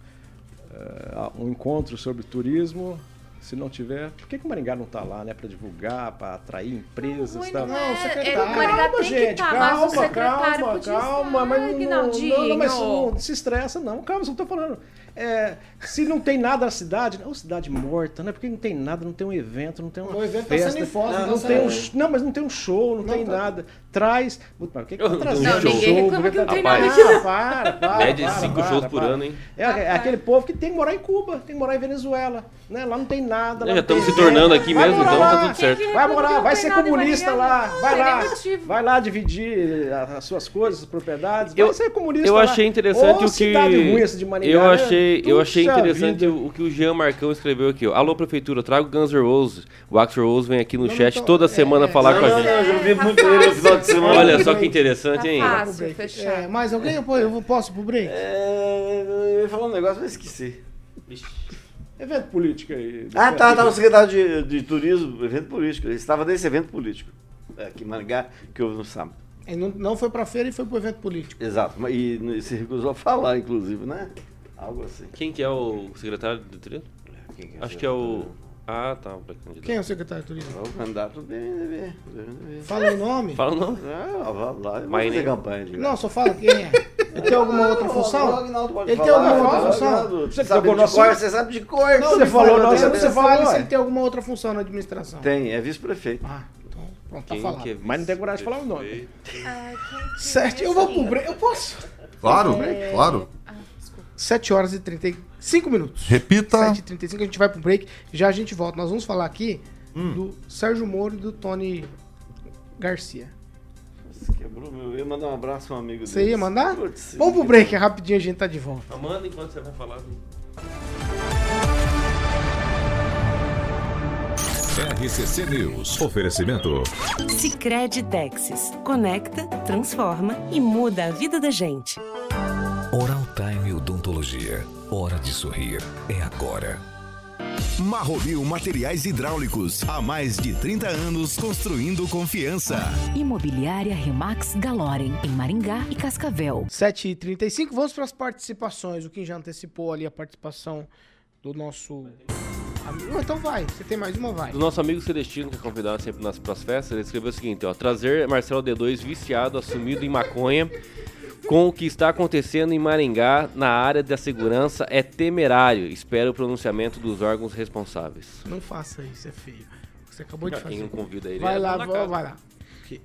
E: uh, um encontro sobre turismo, se não tiver, por que, que o Maringá não está lá, né? Para divulgar, para atrair empresas e tal?
B: Não, é,
H: secretário.
B: Calma,
H: Maringá tem
B: gente,
H: que tá,
B: calma,
H: mas o secretário
B: calma,
H: podia
B: calma,
H: estar,
B: mas não,
H: Aguinaldinho.
B: não, não, mas não se estressa, não. Calma, só estou falando. É, se não tem nada na cidade, não, cidade morta, né? Porque não tem nada, não tem um evento, não tem uma o evento
E: festa,
B: tá sendo em Foz,
E: não,
B: não,
E: não tem um,
B: saindo.
E: não, mas não tem um show, não,
B: Não,
E: tem
B: tá.
E: nada. Traz, mas por que que tá
D: Não,
E: trazendo
H: não,
E: show?
H: ninguém reclama
E: Porque
H: que não
E: tá-
H: tem
D: Rapaz,
H: nada aqui,
E: Ah, para, para,
D: Média de
E: para,
D: cinco
E: para,
D: shows
E: para.
D: por ano, hein?
E: É, é aquele povo que tem que morar em Cuba, tem que morar em Venezuela, né? Lá não tem nada. lá
D: Já
E: não
D: estamos
E: tem
D: se tornando
E: evento.
D: aqui
E: Vai
D: mesmo,
E: morar
D: então tá
E: lá.
D: tudo certo.
H: Quem que
E: Vai
H: reclama que
E: morar,
H: não
E: vai
H: tem
E: ser
H: nada em
E: comunista
H: Maringá?
E: lá,
H: Não,
E: vai
H: tem
E: lá,
H: nenhum motivo.
E: vai lá dividir as suas coisas, as propriedades,
D: Eu-
E: vai ser comunista
D: Eu
E: lá.
D: achei interessante
E: Ô,
D: o que
E: cidade ruim essa de Maringá,
D: eu
E: né?
D: achei, eu achei
E: Puxa
D: interessante
E: vida.
D: o, o que o Jean Marcão escreveu aqui, ó. Alô prefeitura, traga o Guns N' Roses. O Axl Rose vem aqui no
B: Não,
D: chat
B: então,
D: toda
B: é,
D: semana
B: é,
D: falar
F: Não,
D: com a
F: não,
D: gente.
F: não, eu já vi
H: Tá
F: muito ele no final de semana.
D: Olha
B: Tá
D: só
B: bem.
D: que interessante,
H: Tá
D: hein?
H: fácil.
B: Pro break.
H: fechar.
B: É, mais alguém? Eu, eu posso ir pro break?
F: É, eu ia falar um negócio, mas esqueci.
E: Evento político aí.
F: Ah, tá, estava o secretário de, de turismo, evento político. Ele estava nesse evento político, aqui em Maringá, que houve no sábado.
B: Ele não, não foi pra feira e foi pro evento político.
F: Exato, mas- e, e se recusou a falar, inclusive, né? Algo assim.
D: Quem que é o secretário do turismo?
F: Quem que
D: Acho que é o... Ah, tá. o pré-candidato.
B: Quem é o secretário de turismo?
F: É o candidato do M D B.
B: Fala o nome.
D: Fala o nome.
F: Ah, vá lá, eu vou
D: My
F: fazer
D: name.
F: campanha. De
B: Não, só fala quem é. Ele tem alguma outra função?
F: O Agnaldo pode
B: Ele tem
F: falar.
B: alguma outra
F: Fala,
B: função?
F: Agnaldo,
E: Você
F: sabe
E: falou
F: de
E: nosso-
F: cor, você sabe de cor.
B: Não,
E: Você
B: me
E: falou,
B: fala,
E: não,
B: eu quero
E: você
B: que você
E: falou,
B: fale se
E: é.
B: ele tem alguma outra função na administração.
F: Tem, é vice-prefeito.
B: Ah, então, pronto,
D: Quem
B: tá falado.
D: que é
E: Mas não tem coragem de falar o nome.
H: Ah, quem que
B: Certo,
H: é
B: eu vou
H: assim?
B: pro break. Eu posso?
C: Claro, claro.
H: Ah, desculpa.
B: sete horas e trinta e cinco minutos.
C: Repita.
B: sete e trinta e cinco, a gente vai pro break. Já a gente volta. Nós vamos falar aqui
C: Hum.
B: do Sérgio Moro e do Tony Garcia.
F: Nossa, quebrou meu. Eu ia mandar um abraço a um amigo
B: Você
F: deles.
B: ia mandar?
F: Putz,
B: Vamos pro break, rapidinho a gente tá de volta.
D: Amanda, enquanto você vai falar.
A: R C C News. Oferecimento.
J: Sicredi Texas. Conecta, transforma e muda a vida da gente.
A: Oral Time Odontologia. Hora de sorrir. É agora.
K: Marromil Materiais Hidráulicos. Há mais de trinta anos construindo confiança.
I: Imobiliária Remax Galorem, em Maringá e Cascavel.
B: sete e trinta e cinco, vamos para as participações. O Kim já antecipou ali a participação do nosso amigo. Então vai, você tem mais uma, vai.
D: Do nosso amigo Celestino, que é convidado sempre nas pras festas, ele escreveu o seguinte, ó. Trazer Marcelo D dois viciado, assumido em maconha, com o que está acontecendo em Maringá na área da segurança é temerário. Espero o pronunciamento dos órgãos responsáveis.
B: Não faça isso, é feio. Você acabou de
D: Quem
B: fazer.
D: não convida ele
B: Vai
D: é
B: lá,
D: dono da
B: vou,
D: casa.
B: vai lá. Aqui.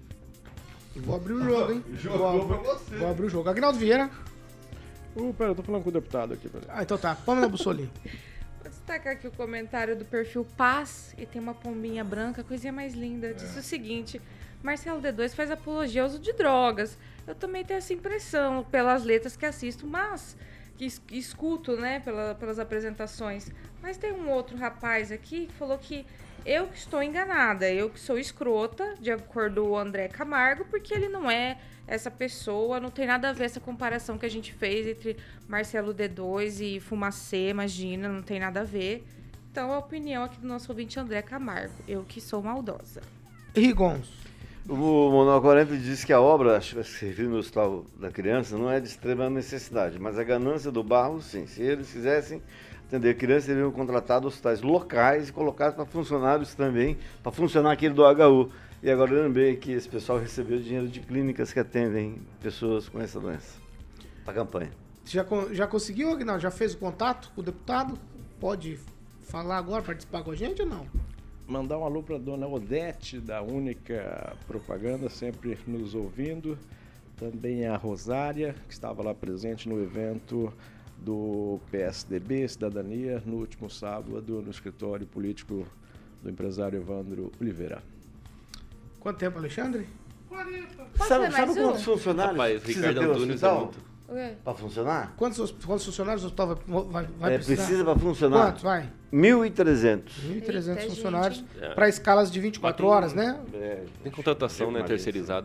B: Vou abrir o jogo, hein?
C: Jogou
B: Vou abrir,
C: pra você.
B: vou abrir o jogo. Agnaldo Vieira.
E: Uh, pera, eu tô falando com o deputado aqui. Pera.
B: Ah, então tá. Pamela Bussolini.
H: Vou destacar aqui o comentário do perfil Paz, e tem uma pombinha branca, coisinha mais linda. Disse o seguinte: Marcelo D dois faz apologia ao uso de drogas. Eu também tenho essa impressão pelas letras que assisto, mas que es- escuto, né, pela- pelas apresentações. Mas tem um outro rapaz aqui que falou que eu que estou enganada, eu que sou escrota, de acordo com o André Camargo, porque ele não é essa pessoa, não tem nada a ver essa comparação que a gente fez entre Marcelo D dois e Fumacê, imagina, não tem nada a ver. Então, a opinião aqui do nosso ouvinte André Camargo, eu que sou maldosa.
B: Rigonzo.
F: O Manuel quarenta disse que a obra, acho que se refere no Hospital da Criança, não é de extrema necessidade, mas a ganância do Barro, sim. Se eles quisessem atender a criança, eles teriam contratado hospitais locais e colocado para funcionários também, para funcionar aquele do H U. E agora eu lembrei que esse pessoal recebeu dinheiro de clínicas que atendem pessoas com essa doença, para a campanha.
B: Já, con- já conseguiu, Agnaldo? Já fez o contato com o deputado? Pode falar agora, participar com a gente ou não?
E: Mandar um alô para dona Odete, da Única Propaganda, sempre nos ouvindo. Também a Rosária, que estava lá presente no evento do P S D B, Cidadania, no último sábado, no escritório político do empresário Evandro Oliveira.
B: Quanto tempo, Alexandre?
H: Posso
F: Sabe,
H: ver
F: sabe
H: mais
F: quantos
H: um?
F: funcionários
D: Rapaz,
F: precisa
D: Ricardo
F: ter no
D: Antunes é
F: hospital
D: muito.
H: O quê?
F: para funcionar?
B: Quantos, quantos funcionários o hospital vai, vai, vai
F: É,
B: precisar?
F: precisa para funcionar
B: Quantos, vai?
F: mil e trezentos.
B: mil e trezentos
H: Eita,
B: funcionários
H: gente.
D: É.
B: para escalas de vinte e quatro horas, né?
F: É,
D: Tem contratação, né,
F: Maria.
D: terceirizada.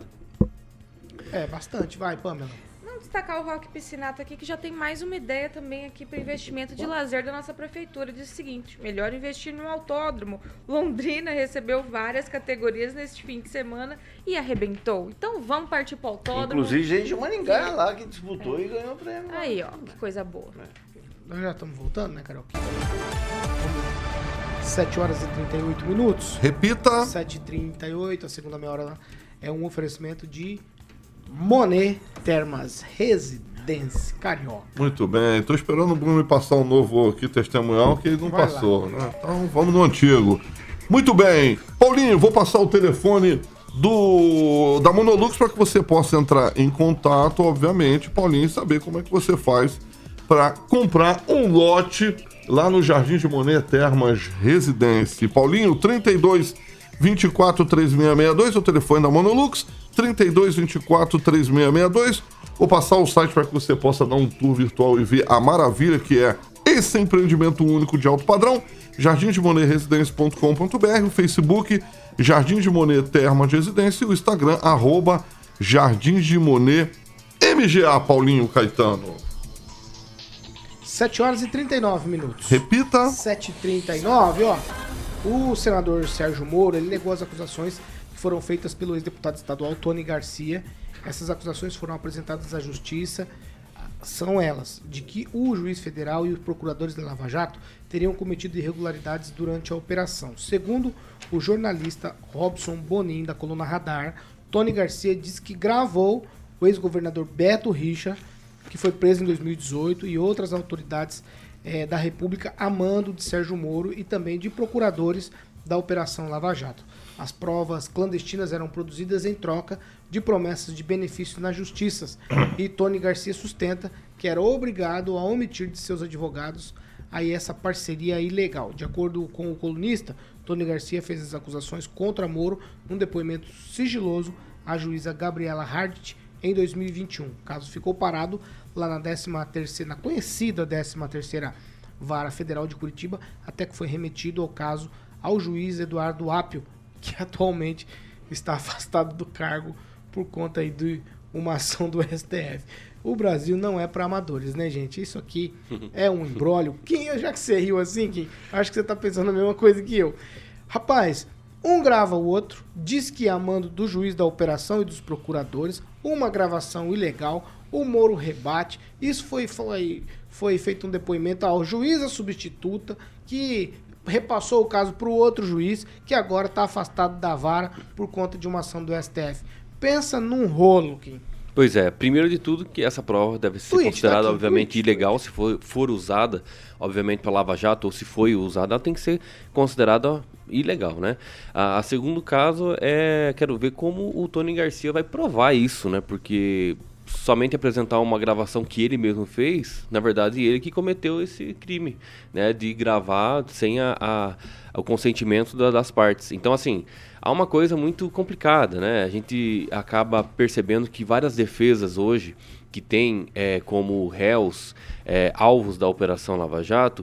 B: É, bastante. Vai, Pamela.
H: Vamos destacar o Rock Piscinato aqui, que já tem mais uma ideia também aqui para investimento de lazer da nossa prefeitura. Diz o seguinte: melhor investir num autódromo. Londrina recebeu várias categorias neste fim de semana e arrebentou. Então vamos partir para o autódromo.
F: Inclusive gente de Maringá lá que disputou e ganhou o prêmio.
H: Aí, ó, que coisa boa.
B: Nós já estamos voltando, né, Carol? sete horas e trinta e oito minutos.
C: Repita.
B: sete e trinta e oito, a segunda meia hora é um oferecimento de Monet Termas Residência Carioca.
C: Muito bem. Tô esperando o Bruno me passar um novo aqui testemunhal que ele não
B: Vai lá.
C: passou, né? Então vamos no antigo. Muito bem. Paulinho, vou passar o telefone do da Monolux para que você possa entrar em contato, obviamente, Paulinho, e saber como é que você faz para comprar um lote lá no Jardim de Monet Termas Residência. Paulinho, trinta e dois, vinte e quatro, trinta e seis sessenta e dois, é o telefone da Monolux, trinta e dois, vinte e quatro, trinta e seis sessenta e dois. Vou passar o site para que você possa dar um tour virtual e ver a maravilha que é esse empreendimento único de alto padrão, jardim de monet residência ponto com ponto b r, o Facebook Jardim de Monet Termas Residência e o Instagram, arroba Jardim de Monet M G A, Paulinho Caetano.
B: sete horas e trinta e nove minutos.
C: Repita.
B: sete e trinta e nove, ó. O senador Sérgio Moro, ele negou as acusações que foram feitas pelo ex-deputado estadual Tony Garcia. Essas acusações foram apresentadas à justiça. São elas, de que o juiz federal e os procuradores da Lava Jato teriam cometido irregularidades durante a operação. Segundo o jornalista Robson Bonin, da coluna Radar, Tony Garcia diz que gravou o ex-governador Beto Richa, que foi preso em dois mil e dezoito, e outras autoridades é, da República a mando de Sérgio Moro e também de procuradores da Operação Lava Jato. As provas clandestinas eram produzidas em troca de promessas de benefícios nas justiças, e Tony Garcia sustenta que era obrigado a omitir de seus advogados aí essa parceria ilegal. De acordo com o colunista, Tony Garcia fez as acusações contra Moro num depoimento sigiloso à juíza Gabriela Hardt em dois mil e vinte e um. O caso ficou parado lá na décima terceira, na conhecida décima terceira Vara Federal de Curitiba, até que foi remetido ao caso ao juiz Eduardo Apio, que atualmente está afastado do cargo por conta aí de uma ação do S T F. O Brasil não é para amadores, né, gente? Isso aqui é um imbróglio. Quem, já que você riu assim, Kim, acho que você tá pensando a mesma coisa que eu. Rapaz, um grava o outro, diz que é a mando do juiz da operação e dos procuradores, uma gravação ilegal, o Moro rebate. Isso foi, foi, foi feito um depoimento ao juíza substituta, que repassou o caso para o outro juiz, que agora está afastado da vara por conta de uma ação do S T F. Pensa num rolo, Kim.
D: Pois é, primeiro de tudo que essa prova deve ser
B: Tweet,
D: considerada,
B: tá aqui,
D: obviamente,
B: tweet,
D: ilegal
B: tweet.
D: se for, for usada, obviamente, para Lava Jato, ou se foi usada, ela tem que ser considerada ilegal, né? A, a segundo caso é, quero ver como o Tony Garcia vai provar isso, né? Porque somente apresentar uma gravação que ele mesmo fez, na verdade, ele que cometeu esse crime, né? De gravar sem a, a, o consentimento da, das partes. Então, assim, há uma coisa muito complicada, né? A gente acaba percebendo que várias defesas hoje que têm é, como réus é, alvos da Operação Lava Jato,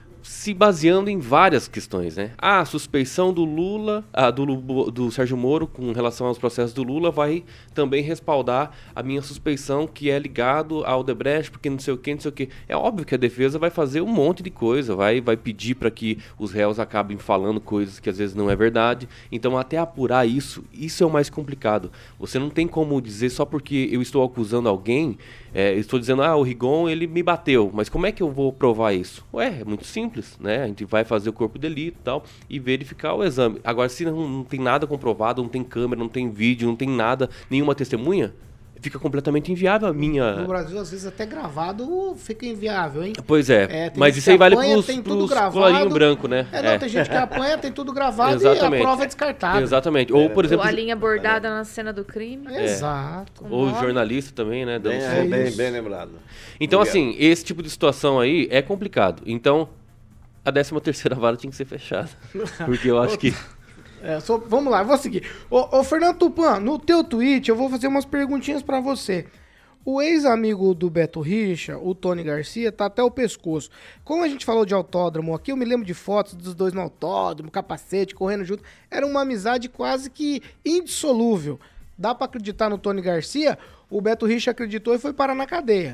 D: se baseando em várias questões, né? Ah, a suspeição do Lula, ah, do, do Sérgio Moro com relação aos processos do Lula vai também respaldar a minha suspeição que é ligado ao Odebrecht, porque não sei o que, não sei o que. É óbvio que a defesa vai fazer um monte de coisa, vai, vai pedir para que os réus acabem falando coisas que às vezes não é verdade. Então, até apurar isso, isso é o mais complicado. Você não tem como dizer só porque eu estou acusando alguém, é, estou dizendo, ah, o Rigon, ele me bateu, mas como é que eu vou provar isso? Ué, é muito simples, né? A gente vai fazer o corpo de delito e tal, e verificar o exame. Agora, se não, não tem nada comprovado, não tem câmera, não tem vídeo, não tem nada, nenhuma testemunha, fica completamente inviável a minha...
B: No Brasil, às vezes, até gravado fica inviável, hein?
D: Pois é,
B: é
D: mas isso aí vale
B: apanha,
D: pros,
B: tem tudo
D: pros
B: gravado.
D: colarinho branco, né?
B: É, não,
D: é.
B: tem gente que apanha, tem tudo gravado
D: Exatamente.
B: E a prova é descartada.
D: Exatamente. Ou, por exemplo...
H: Ou a linha bordada na cena do crime.
B: É. Exato.
D: Ou o jornalista também, né?
F: Bem,
D: é
F: bem, bem lembrado.
D: Então,
F: Obrigado.
D: assim, esse tipo de situação aí é complicado. Então, a décima terceira vara tinha que ser fechada. Porque eu acho que...
B: É, só, vamos lá, eu vou seguir. Ô, ô, Fernando Tupan, no teu tweet eu vou fazer umas perguntinhas pra você. O ex-amigo do Beto Richa, o Tony Garcia, tá até o pescoço. Como a gente falou de autódromo aqui, eu me lembro de fotos dos dois no autódromo, capacete, correndo junto. Era uma amizade quase que indissolúvel. Dá pra acreditar no Tony Garcia? O Beto Richa acreditou e foi parar na cadeia.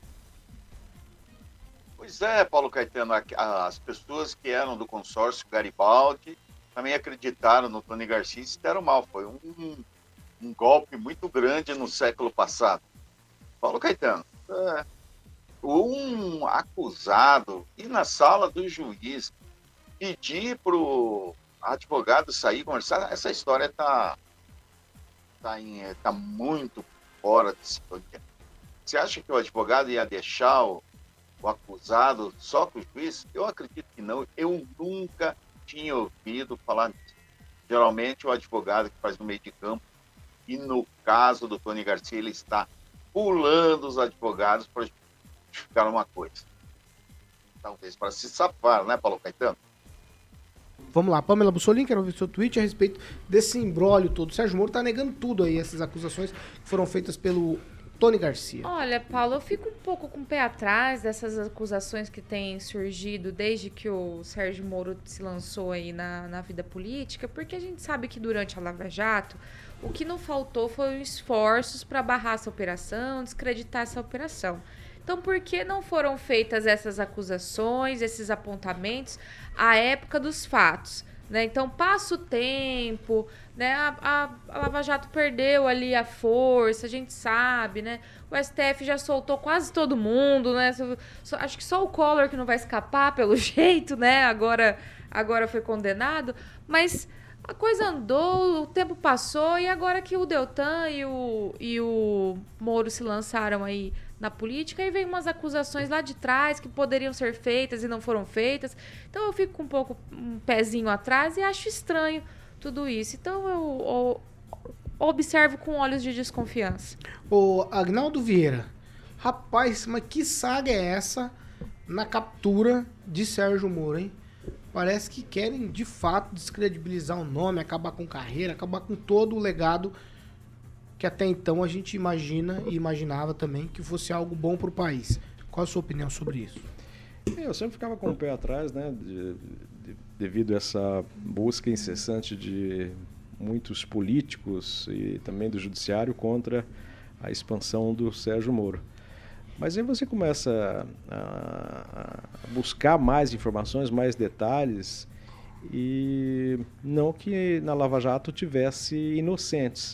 G: Pois é, Paulo Caetano, as pessoas que eram do consórcio Garibaldi também acreditaram no Tony Garcia e se deram mal. Foi um, um golpe muito grande no século passado. Paulo Caetano, é, um acusado ir na sala do juiz, pedir para o advogado sair conversar, essa história está tá tá muito fora de sintonia. Você acha que o advogado ia deixar o, o acusado só com o juiz? Eu acredito que não. Eu nunca tinha ouvido falar nisso. Geralmente o advogado que faz no meio de campo, e no caso do Tony Garcia, ele está pulando os advogados para justificar uma coisa. Talvez para se safar, né, Paulo Caetano?
B: Vamos lá, Pamela Bussolini, quero ouvir seu tweet a respeito desse imbróglio todo. O Sérgio Moro tá negando tudo aí, essas acusações que foram feitas pelo Tony Garcia.
H: Olha, Paulo, eu fico um pouco com o pé atrás dessas acusações que têm surgido desde que o Sérgio Moro se lançou aí na, na vida política, porque a gente sabe que durante a Lava Jato, o que não faltou foram esforços para barrar essa operação, descreditar essa operação. Então, por que não foram feitas essas acusações, esses apontamentos à época dos fatos? Né? Então, passa o tempo, né? a, a, a Lava Jato perdeu ali a força, a gente sabe, né? O S T F já soltou quase todo mundo, né? Só, acho que só o Collor que não vai escapar pelo jeito, né? Agora, agora foi condenado, mas a coisa andou, o tempo passou e agora que o Deltan e o, e o Moro se lançaram aí na política, aí vem umas acusações lá de trás que poderiam ser feitas e não foram feitas. Então eu fico com um pouco um pezinho atrás e acho estranho tudo isso. Então eu, eu observo com olhos de desconfiança.
B: Ô, Agnaldo Vieira, rapaz, mas que saga é essa na captura de Sérgio Moro, hein? Parece que querem, de fato, descredibilizar o nome, acabar com carreira, acabar com todo o legado que até então a gente imagina e imaginava também que fosse algo bom para o país. Qual a sua opinião sobre isso?
E: Eu sempre ficava com o pé atrás, né, de, de, devido a essa busca incessante de muitos políticos e também do judiciário contra a expansão do Sérgio Moro. Mas aí você começa a, a buscar mais informações, mais detalhes, e não que na Lava Jato tivesse inocentes,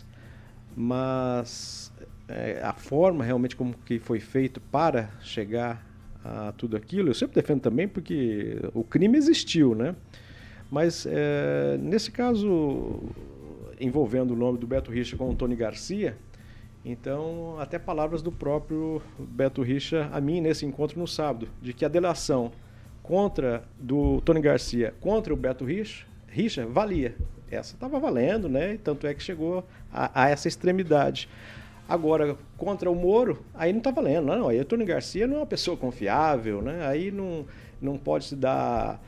E: mas é, a forma realmente como que foi feito para chegar a tudo aquilo, eu sempre defendo também porque o crime existiu, né? Mas é, nesse caso, envolvendo o nome do Beto Richa com o Tony Garcia, então até palavras do próprio Beto Richa a mim nesse encontro no sábado, de que a delação contra do Tony Garcia contra o Beto Richa, Richa valia. Essa estava valendo, né? E tanto é que chegou a, a essa extremidade. Agora, contra o Moro, aí não está valendo. Não, aí o Tony Garcia não é uma pessoa confiável, né? Aí não, não pode se dar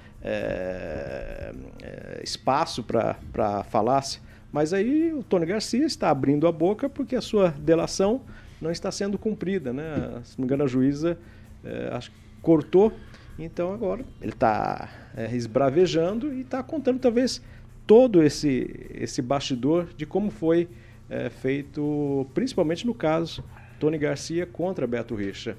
E: é, é, espaço para falácia. Mas aí o Tony Garcia está abrindo a boca porque a sua delação não está sendo cumprida, né? Se não me engano, a juíza é, acho que cortou. Então agora ele está é, esbravejando e está contando talvez todo esse, esse bastidor de como foi é, feito, principalmente no caso Tony Garcia contra Beto Richa.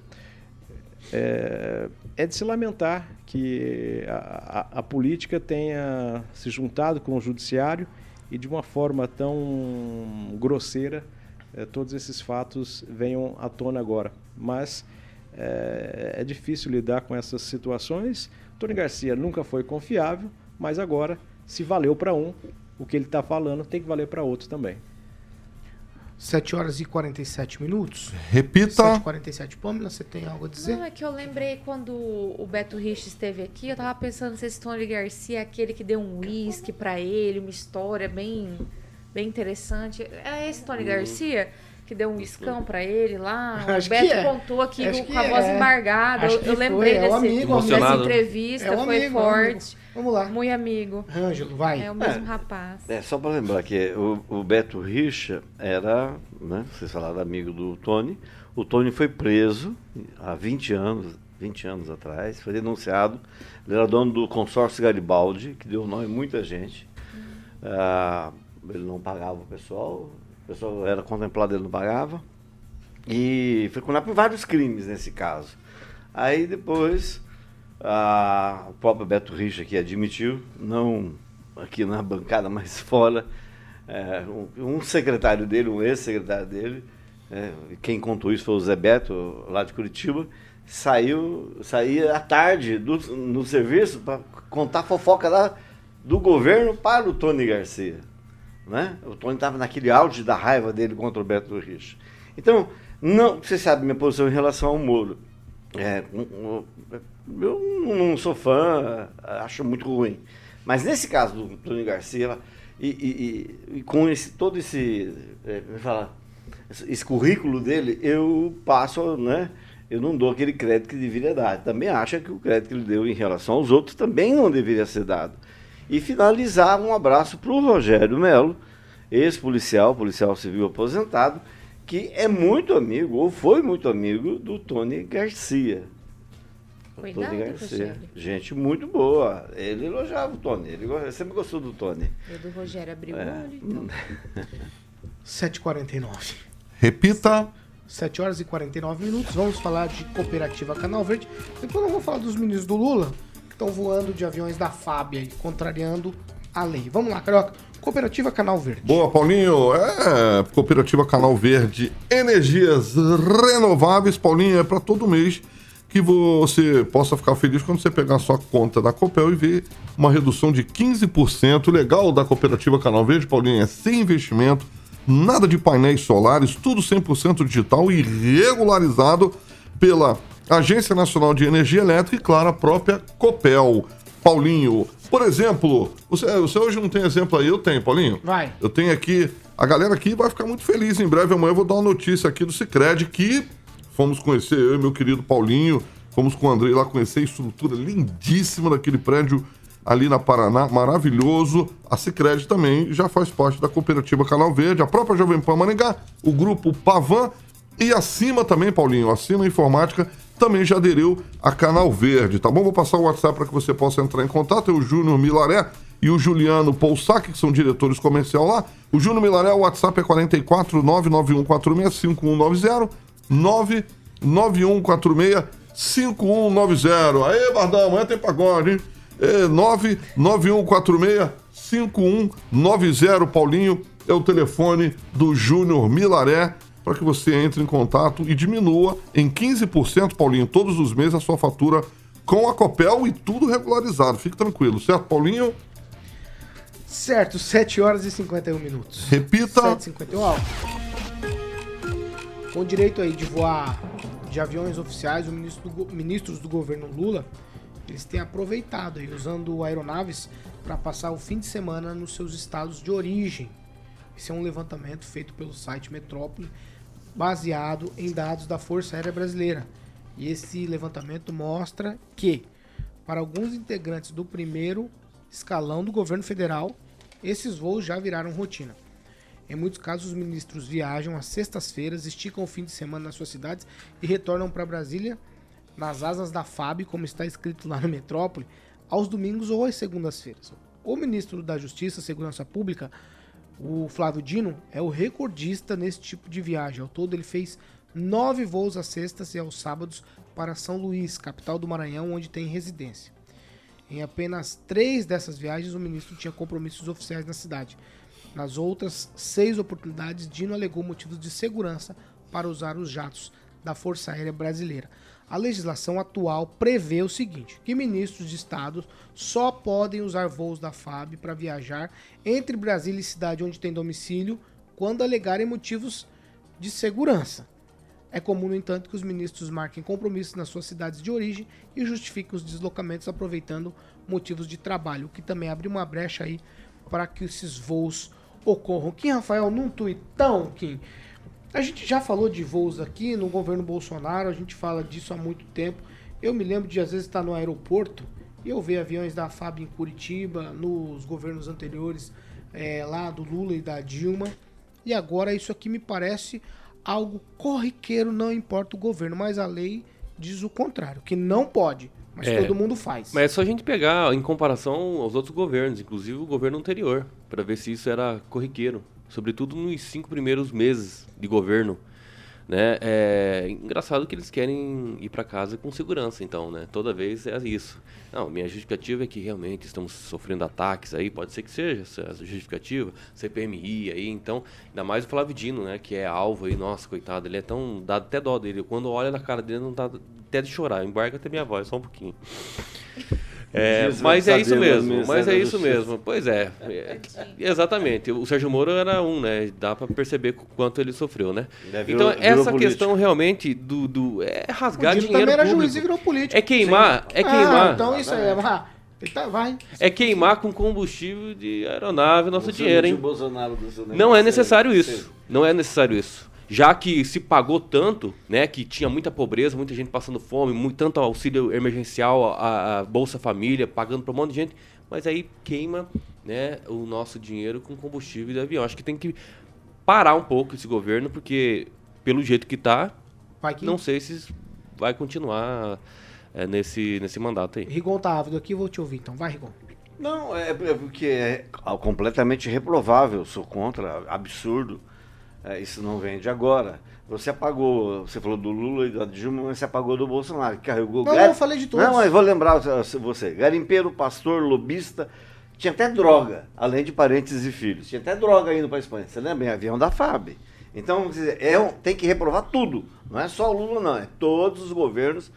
E: É, é de se lamentar que a, a, a política tenha se juntado com o judiciário e de uma forma tão grosseira é, todos esses fatos venham à tona agora. Mas é, é difícil lidar com essas situações. Tony Garcia nunca foi confiável, mas agora, se valeu para um, o que ele está falando tem que valer para outros também.
B: sete horas e quarenta e sete minutos.
C: Repita.
B: sete e quarenta e sete. Pâmela, você tem algo a dizer?
H: Não, é que eu lembrei quando o Beto Richa esteve aqui, eu tava pensando se esse Tony Garcia é aquele que deu um uísque pra ele, uma história bem, bem interessante. É esse Tony Garcia que deu um uiscão pra ele lá? O
B: Acho
H: Beto
B: que é.
H: contou aqui
B: Acho
H: com a
B: que
H: voz
B: é.
H: embargada.
B: Acho
H: Eu,
B: que
H: eu lembrei
B: foi. É o
H: desse,
B: amigo,
H: dessa entrevista,
B: É o
H: foi
B: amigo, é o amigo.
H: forte.
B: Vamos lá.
H: Muito amigo.
B: Ângelo, vai.
H: É o mesmo
F: É.
H: rapaz.
F: É, só para lembrar que o, o Beto Richa era, né, vocês falaram, amigo do Tony. O Tony foi preso há vinte anos, vinte anos atrás, foi denunciado. Ele era dono do consórcio Garibaldi, que deu nome a muita gente. Ah, ele não pagava o pessoal, o pessoal era contemplado, ele não pagava. E foi condenado por vários crimes nesse caso. Aí depois, ah, o próprio Beto Richa que admitiu, não aqui na bancada, mas fora, é, um, um secretário dele, um ex-secretário dele, é, quem contou isso foi o Zé Beto, lá de Curitiba, saiu, saía à tarde do, no serviço para contar fofoca lá do governo para o Tony Garcia. Né? O Tony estava naquele auge da raiva dele contra o Beto Richa. Então, não, você sabe minha posição em relação ao Moro. É, um, um, eu não sou fã, acho muito ruim. Mas nesse caso do Tony Garcia, e, e, e, e com esse, todo esse, é, falar, esse currículo dele, eu passo, né? Eu não dou aquele crédito que deveria dar. Também acho que o crédito que ele deu em relação aos outros também não deveria ser dado. E finalizar, um abraço para o Rogério Melo, ex-policial, policial civil aposentado, que é muito amigo, ou foi muito amigo, do Tony Garcia.
H: Cuidado,
F: Tony Garcia.
H: Rogério.
F: Gente muito boa. Ele elogiava o Tony, ele sempre gostou do Tony.
H: E o do Rogério abriu
F: É.
H: o olho, então.
B: sete e quarenta e nove.
C: Repita.
B: sete horas e quarenta e nove minutos. Vamos falar de Cooperativa Canal Verde. Depois eu vou falar dos meninos do Lula, que estão voando de aviões da F A B aí, contrariando a lei. Vamos lá, Carioca. Cooperativa Canal Verde.
C: Boa, Paulinho. É, Cooperativa Canal Verde, energias renováveis, Paulinho, é para todo mês que você possa ficar feliz quando você pegar a sua conta da Copel e ver uma redução de quinze por cento. Legal da Cooperativa Canal Verde, Paulinho, é sem investimento, nada de painéis solares, tudo cem por cento digital e regularizado pela Agência Nacional de Energia Elétrica e, claro, a própria Copel. Paulinho, por exemplo, você, você hoje não tem exemplo aí? Eu tenho, Paulinho.
B: Vai.
C: Eu tenho aqui, a galera aqui vai ficar muito feliz. Em breve, amanhã eu vou dar uma notícia aqui do Sicredi que fomos conhecer, eu e meu querido Paulinho, fomos com o Andrei lá conhecer a estrutura lindíssima daquele prédio ali na Paraná, maravilhoso. A Sicredi também já faz parte da Cooperativa Canal Verde, a própria Jovem Pan Maringá, o grupo Pavan e acima também, Paulinho, acima a Informática, também já aderiu a Canal Verde, tá bom? Vou passar o WhatsApp para que você possa entrar em contato. É o Júnior Milaré e o Juliano Poussac, que são diretores comercial lá. O Júnior Milaré, o WhatsApp é quatro quatro nove nove um quatro seis cinco um nove zero, nove nove um quatro seis cinco um nove zero. Aê, Bardão, amanhã tem pagode, hein? É nove nove um quatro seis cinco um nove zero, Paulinho, é o telefone do Júnior Milaré, para que você entre em contato e diminua em quinze por cento, Paulinho, todos os meses a sua fatura com a Copel e tudo regularizado. Fique tranquilo, certo, Paulinho?
B: Certo, sete horas e cinquenta e um minutos.
C: Repita.
B: sete e cinquenta e um. Ó, com direito aí de voar de aviões oficiais, os ministros do, ministros do governo Lula, eles têm aproveitado aí, usando aeronaves para passar o fim de semana nos seus estados de origem. Esse é um levantamento feito pelo site Metrópole, baseado em dados da Força Aérea Brasileira. E esse levantamento mostra que, para alguns integrantes do primeiro escalão do governo federal, esses voos já viraram rotina. Em muitos casos, os ministros viajam às sextas-feiras, esticam o fim de semana nas suas cidades e retornam para Brasília nas asas da F A B, como está escrito lá no Metrópole, aos domingos ou às segundas-feiras. O ministro da Justiça e Segurança Pública, o Flávio Dino, é o recordista nesse tipo de viagem. Ao todo, ele fez nove voos às sextas e aos sábados para São Luís, capital do Maranhão, onde tem residência. Em apenas três dessas viagens, o ministro tinha compromissos oficiais na cidade. Nas outras seis oportunidades, Dino alegou motivos de segurança para usar os jatos da Força Aérea Brasileira. A legislação atual prevê o seguinte, que ministros de estados só podem usar voos da F A B para viajar entre Brasília e cidade onde tem domicílio quando alegarem motivos de segurança. É comum, no entanto, que os ministros marquem compromissos nas suas cidades de origem e justifiquem os deslocamentos aproveitando motivos de trabalho, o que também abre uma brecha aí para que esses voos ocorram. Kim, Rafael, num tuitão, Kim, a gente já falou de voos aqui no governo Bolsonaro, a gente fala disso há muito tempo. Eu me lembro de, às vezes, estar no aeroporto e eu ver aviões da F A B em Curitiba, nos governos anteriores, é, lá do Lula e da Dilma. E agora isso aqui me parece algo corriqueiro, não importa o governo, mas a lei diz o contrário, que não pode, mas é, todo mundo faz.
D: Mas é só a gente pegar em comparação aos outros governos, inclusive o governo anterior, para ver se isso era corriqueiro. Sobretudo nos cinco primeiros meses de governo, né? É engraçado que eles querem ir para casa com segurança, então, né? Toda vez é isso. Não, minha justificativa é que realmente estamos sofrendo ataques aí, pode ser que seja essa justificativa, C P M I aí, então, ainda mais o Flávio Dino, né? Que é alvo aí, nossa, coitado, ele é tão, dá até dó dele. Quando olha na cara dele, não dá até de chorar, embarga até minha voz, só um pouquinho. É, mas é isso mesmo, mas é isso mesmo. Pois é, é, exatamente. O Sérgio Moro era um, né? Dá para perceber o quanto ele sofreu, né? Então essa questão realmente do, do é rasgar dinheiro público.
B: Também era juiz e virou político.
D: É queimar, é queimar.
B: Ah, então isso aí, é, vai.
D: É queimar com combustível de aeronave nosso dinheiro, hein? Não é necessário isso. Não é necessário isso. Já que se pagou tanto, né, que tinha muita pobreza, muita gente passando fome, muito, tanto auxílio emergencial, a, a Bolsa Família, pagando para um monte de gente, mas aí queima, né, o nosso dinheiro com combustível de avião. Acho que tem que parar um pouco esse governo, porque pelo jeito que está, não sei se vai continuar é, nesse, nesse mandato aí.
B: Rigon tá ávido aqui, vou te ouvir, então vai, Rigon.
F: Não, é, é porque é completamente reprovável, sou contra, absurdo. É, isso não vem de agora. Você apagou, você falou do Lula e da Dilma, mas você apagou do Bolsonaro, que carregou...
B: Não, gar... eu falei de todos.
F: Não, mas vou lembrar você. Garimpeiro, pastor, lobista, tinha até droga, além de parentes e filhos. Tinha até droga indo para a Espanha. Você lembra? Em avião da F A B. Então, é um, tem que reprovar tudo. Não é só o Lula, não. É todos os governos.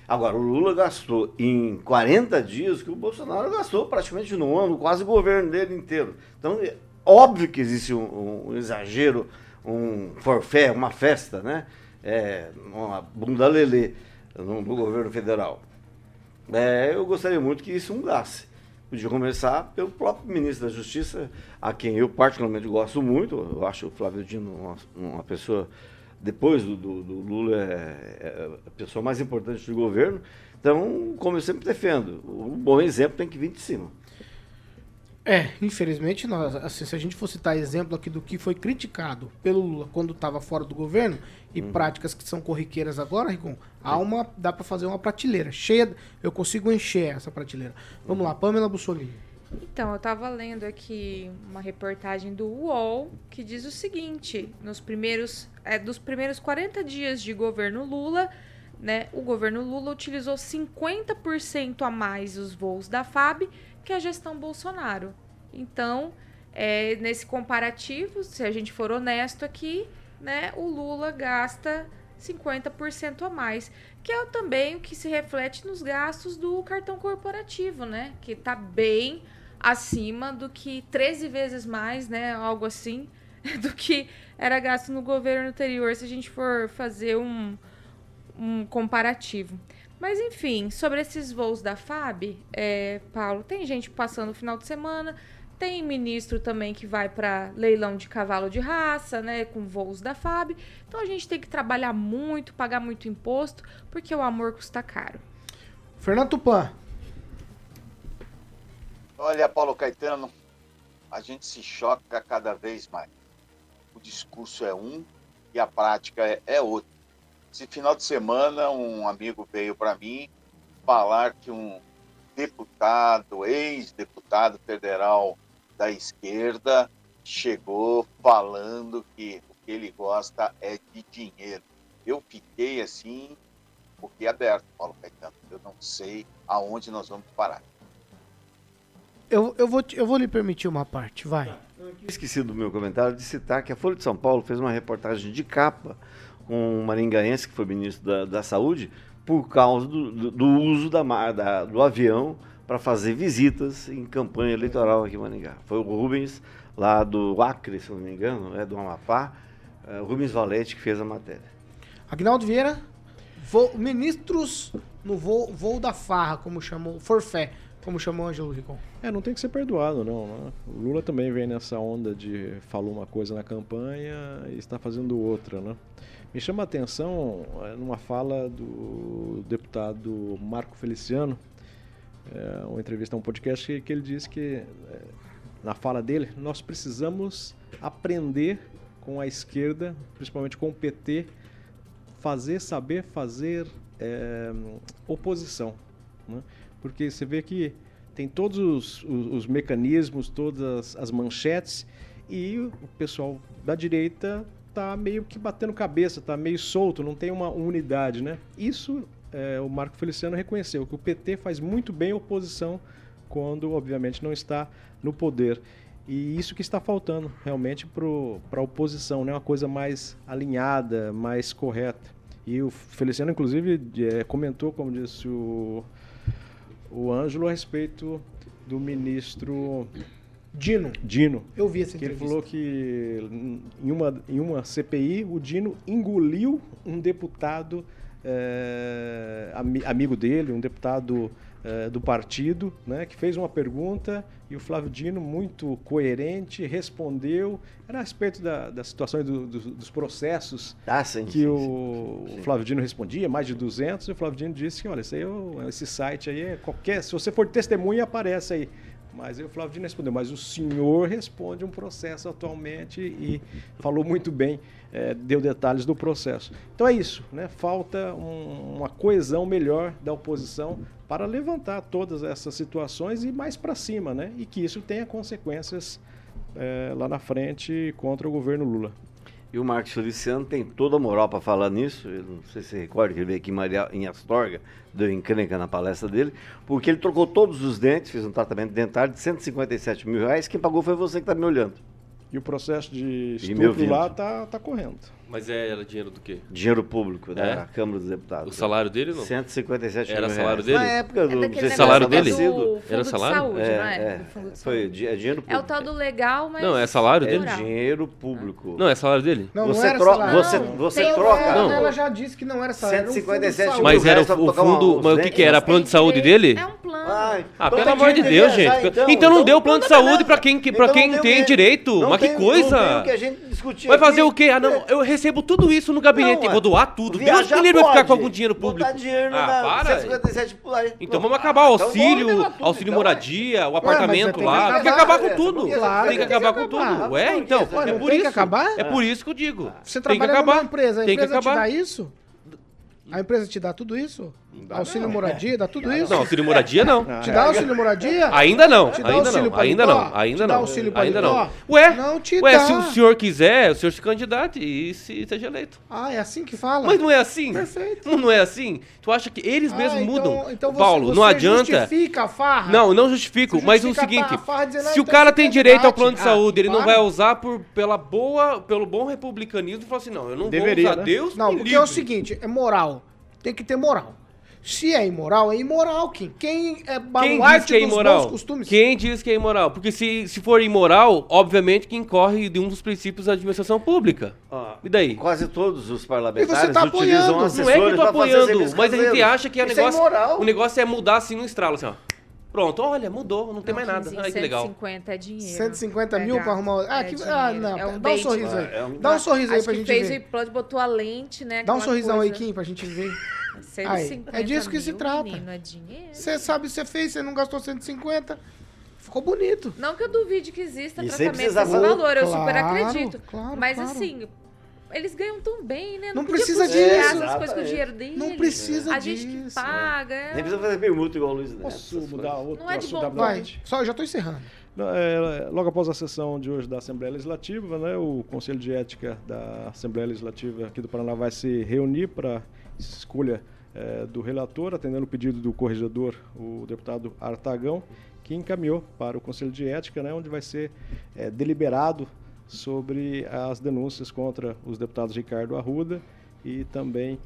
F: Agora, o Lula gastou em quarenta dias que o Bolsonaro gastou praticamente no ano, quase o governo dele inteiro. Então, é óbvio que existe um, um exagero, um forfé, uma festa, né? É, uma bunda lelê no, no governo federal. É, eu gostaria muito que isso mudasse. Podia começar pelo próprio ministro da Justiça, a quem eu particularmente gosto muito. Eu acho o Flávio Dino uma, uma pessoa, depois do, do, do Lula, é, é a pessoa mais importante do governo. Então, como eu sempre defendo, um bom exemplo tem que vir de cima.
B: É, infelizmente, nós, assim, se a gente for citar exemplo aqui do que foi criticado pelo Lula quando estava fora do governo e hum. práticas que são corriqueiras agora, Ricom, há uma, dá para fazer uma prateleira cheia, eu consigo encher essa prateleira. Vamos lá, Pamela Bussolini.
H: Então, eu estava lendo aqui uma reportagem do U O L que diz o seguinte, nos primeiros, é, dos primeiros quarenta dias de governo Lula, né, o governo Lula utilizou cinquenta por cento a mais os voos da F A B que a gestão Bolsonaro. Então, é, nesse comparativo, se a gente for honesto aqui, né, o Lula gasta cinquenta por cento a mais, que é também o que se reflete nos gastos do cartão corporativo, né, que está bem acima do que treze vezes mais, né, algo assim, do que era gasto no governo anterior, se a gente for fazer um, um comparativo. Mas, enfim, sobre esses voos da F A B, é, Paulo, tem gente passando o final de semana, tem ministro também que vai para leilão de cavalo de raça, né, com voos da F A B. Então, a gente tem que trabalhar muito, pagar muito imposto, porque o amor custa caro.
B: Fernando Tupan.
G: Olha, Paulo Caetano, a gente se choca cada vez mais. O discurso é um e a prática é, é outro. Esse final de semana, um amigo veio para mim falar que um deputado, ex-deputado federal da esquerda, chegou falando que o que ele gosta é de dinheiro. Eu fiquei assim, porque aberto, Paulo Caetano. Eu não sei aonde nós vamos parar.
B: Eu, eu, vou, eu vou lhe permitir uma parte, vai.
F: Eu esqueci do meu comentário de citar que a Folha de São Paulo fez uma reportagem de capa com um maringaense que foi ministro da, da Saúde por causa do, do, do uso da, da, do avião para fazer visitas em campanha eleitoral aqui em Maringá. Foi o Rubens, lá do Acre, se não me engano, é do Amapá, é, o Rubens Valete que fez a matéria.
B: Aguinaldo Vieira, voo, ministros no voo, voo da farra, como chamou, forfé, como chamou o Ângelo Ricom.
E: É, não tem que ser perdoado, não, né? O Lula também vem nessa onda de falou uma coisa na campanha e está fazendo outra, né? Me chama a atenção numa fala do deputado Marco Feliciano, é, uma entrevista a um podcast, que, que ele disse que, é, na fala dele, nós precisamos aprender com a esquerda, principalmente com o P T, fazer, saber fazer é, oposição, né? Porque você vê que tem todos os, os, os mecanismos, todas as manchetes, e o pessoal da direita está meio que batendo cabeça, está meio solto, não tem uma unidade, né? Isso é, o Marco Feliciano reconheceu, que o P T faz muito bem oposição quando, obviamente, não está no poder. E isso que está faltando, realmente, para a oposição, né? Uma coisa mais alinhada, mais correta. E o Feliciano, inclusive, é, comentou, como disse o, o Ângelo, a respeito do ministro
B: Dino.
E: Dino.
B: Eu vi essa
E: que
B: entrevista.
E: Ele falou que em uma, em uma C P I o Dino engoliu um deputado é, ami, amigo dele, um deputado é, do partido, né, que fez uma pergunta e o Flávio Dino, muito coerente, respondeu. Era a respeito da, da situação do, do, dos processos
F: ah, sim,
E: que
F: sim,
E: o,
F: sim.
E: o Flávio Dino respondia, mais de duzentos, e o Flávio Dino disse que, olha, esse, aí é, esse site aí é qualquer... Se você for testemunha, aparece aí. Mas aí o Flávio Dino respondeu, mas o senhor responde um processo atualmente e falou muito bem, é, deu detalhes do processo. Então é isso, né? Falta um, uma coesão melhor da oposição para levantar todas essas situações e mais para cima, né? E que isso tenha consequências é, lá na frente contra o governo Lula.
F: E o Marcos Feliciano tem toda a moral para falar nisso. Eu não sei se você recorda que ele veio aqui em, Maria, em Astorga, deu encrenca na palestra dele, porque ele trocou todos os dentes, fez um tratamento dentário de cento e cinquenta e sete mil reais. Quem pagou foi você que está me olhando.
E: E o processo de estupro lá está tá correndo.
D: Mas é, era dinheiro do quê?
F: Dinheiro público da
D: É?
F: Câmara dos Deputados.
D: O salário dele não?
F: cento e cinquenta e sete
D: Era
F: mil
D: salário
F: reais.
D: dele?
F: Na época do...
H: É daquele
D: Você salário
H: negócio
D: dele?
H: do fundo
D: Era
H: de
D: salário?
H: saúde,
F: É,
H: não é?
F: é.
H: Do fundo de
F: Foi
H: saúde.
F: di- é dinheiro
H: É o
F: público.
H: tal do legal, mas...
D: Não, é salário
F: É
D: dele?
F: dinheiro público.
D: Não, é salário dele?
B: Não, não
F: Você
B: era
F: tro-
B: salário.
F: você-
B: Não.
F: você
B: Tem-
F: troca-
B: Ela,
D: Não.
B: ela já disse que não era salário. era um
F: cento e cinquenta e sete
B: fundo de
F: mil
B: saúde.
D: Mas era
F: reais pra
D: o
F: tocar
D: fundo...
F: uma-
D: Mas o que que era? Plano de saúde dele?
H: É um plano.
F: Ai,
D: Ah,
F: então
D: pelo
F: tem
D: amor de
F: direito
D: Deus,
F: viajar,
D: gente.
F: então.
D: Então não deu
F: Então
D: plano de
F: não tem
D: saúde
F: nada.
D: pra quem, que- pra
F: Então
D: quem
F: não
D: tem
F: o que-
D: direito.
F: não
D: Mas que
F: tem-
D: coisa.
F: Não tem o que a gente discutir
D: Vai fazer
F: aqui.
D: o quê? Ah, não, eu recebo tudo isso no gabinete,
F: Não,
D: vou doar tudo. Deus
F: viajar
D: me livre vai ficar
F: pode.
D: com algum dinheiro público.
F: Botar dinheiro
D: Ah,
F: na
D: para.
F: cento e cinquenta e sete por aí.
D: Então
F: Não.
D: vamos acabar o
F: Então vamos
D: auxílio,
F: levar tudo,
D: auxílio
F: então,
D: moradia, o
B: mas
D: apartamento
B: tem que
D: lá. Tem que
B: acabar,
D: acabar com
F: essa
D: tudo.
F: burguesa,
B: Claro,
D: Tem que
B: tem que
D: acabar com
B: acabar.
D: tudo. É, então.
F: Não,
D: É
B: não
D: por
B: tem que
D: isso.
B: acabar?
D: É por isso que eu digo.
B: Você
D: Tem que
B: trabalha numa
D: acabar.
B: empresa, a
D: Tem que
B: empresa te
D: acabar.
B: dá isso? A empresa te dá tudo isso? Auxílio
F: não.
B: moradia, dá tudo isso?
D: Não, auxílio moradia não.
B: Te dá auxílio moradia?
D: Ainda não,
B: Te dá
D: ainda
B: auxílio
D: não, ainda
B: paletó?
D: não, ainda
B: Te dá
D: não,
B: auxílio
D: ainda
B: paletó?
D: não. Ué,
B: Não te
D: ué,
B: dá.
D: se o senhor quiser, o senhor se candidate e se seja eleito.
B: Ah, é assim que fala?
D: Mas não é assim?
B: Perfeito.
D: Não, não é assim? Tu acha que eles
B: Ah,
D: mesmos
B: então-
D: mudam?
B: então você-
D: Paulo, não
B: você
D: adianta.
B: justifica a farra?
D: Não, não justifico,
B: Você
D: mas o
B: justifica
D: seguinte,
B: a farra dizendo, ah,
D: se o
B: então
D: cara
B: você
D: tem
B: tem
D: direito ao
B: debate.
D: plano de
B: Ah,
D: saúde, ele não
B: para.
D: vai usar por, pela boa, pelo bom republicanismo e falar assim, não, eu não
E: Deveria,
D: vou usar
E: né?
D: Deus
B: Não,
D: me
B: porque é o
D: livre.
B: seguinte, é moral. Tem que ter moral. Se é imoral, é imoral. Quem, quem é
D: Quem diz
B: baluarte
D: que é
B: dos
D: imoral?
B: bons costumes?
D: Quem diz que é imoral? Porque se, se for imoral, obviamente que incorre de um dos princípios da administração pública.
F: Ó,
D: E daí?
F: Quase todos os
B: E
F: parlamentares
B: você tá
F: utilizam
B: apoiando.
D: Não
F: assessores
D: é que eu tô
F: pra fazer
D: apoiando,
F: serviços
D: mas a gente
F: caseiros.
D: acha que o
F: Isso
D: negócio,
F: é imoral.
D: o negócio é mudar assim no estralo, assim, ó. Pronto, olha, mudou, não tem mais nada. Ai, que legal.
H: cento e cinquenta é dinheiro.
B: cento e cinquenta mil
H: Pegar.
B: pra arrumar... Ah,
H: É
B: que...
H: dinheiro,
B: ah não.
H: é um
B: Dá um
H: bait.
B: sorriso aí.
F: É um-
B: Dá um sorriso aí
H: Acho
B: pra
H: que
B: gente
H: fez o
B: ver.
H: implante, botou a lente, né?
B: Dá um
H: aquela
B: sorrisão aí,
H: coisa.
B: Kim, pra gente ver.
H: cento e
B: Aí,
H: cinquenta
B: é disso que se
H: mil,
B: trata.
H: Menino, é dinheiro.
B: Você sabe, você fez, você não gastou cento e cinquenta. Ficou bonito.
H: Não que eu duvide que exista
F: E sem
H: tratamento
F: precisar
H: desse
F: fazer-
H: valor, eu
B: Claro,
H: super acredito.
B: claro,
H: Mas
B: claro.
H: assim, eles ganham tão bem, né?
B: Não
H: podia
B: precisa
H: custear
B: disso.
H: essas coisas com o
F: Exatamente.
H: dinheiro deles.
B: Não precisa
H: A gente que
B: disso.
H: paga. é-
F: Nem precisa fazer permuta igual o Luiz Neto.
E: Posso
F: essas
E: mudar
F: coisas.
E: outro
H: Não é de
E: assunto
H: bom
B: Vai,
E: rapidamente?
B: só, já tô encerrando.
E: Não, é, logo após a sessão de hoje da Assembleia Legislativa, né, o Conselho de Ética da Assembleia Legislativa aqui do Paraná vai se reunir para escolha é, do relator, atendendo o pedido do corregedor, o deputado Artagão, que encaminhou para o Conselho de Ética, né, onde vai ser é, deliberado sobre as denúncias contra os deputados Ricardo Arruda e também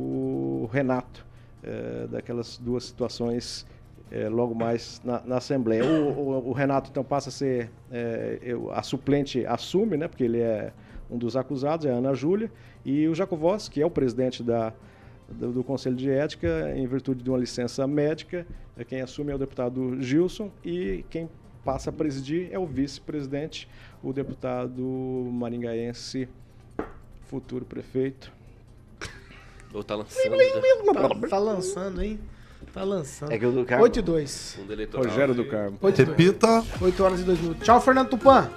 E: o Renato, é, daquelas duas situações é, logo mais na, na Assembleia. O, o, o Renato, então, passa a ser, é, eu- a suplente assume, né, porque ele é um dos acusados, é a Ana Júlia, e o Jacovós, que é o presidente da, do, do Conselho de Ética, em virtude de uma licença médica, é, quem assume é o deputado Gilson, e quem passa a presidir é o vice-presidente, o deputado maringaense, futuro prefeito.
D: Ou tá lançando já.
B: Tá, tá lançando, hein? Tá lançando.
F: É que o do Carmo-
B: oito e dois.
D: Fundo eleitoral.
E: Rogério do Carmo.
B: oito e dois.
C: Repita.
B: oito horas e dois minutos. Tchau, Fernando Tupan.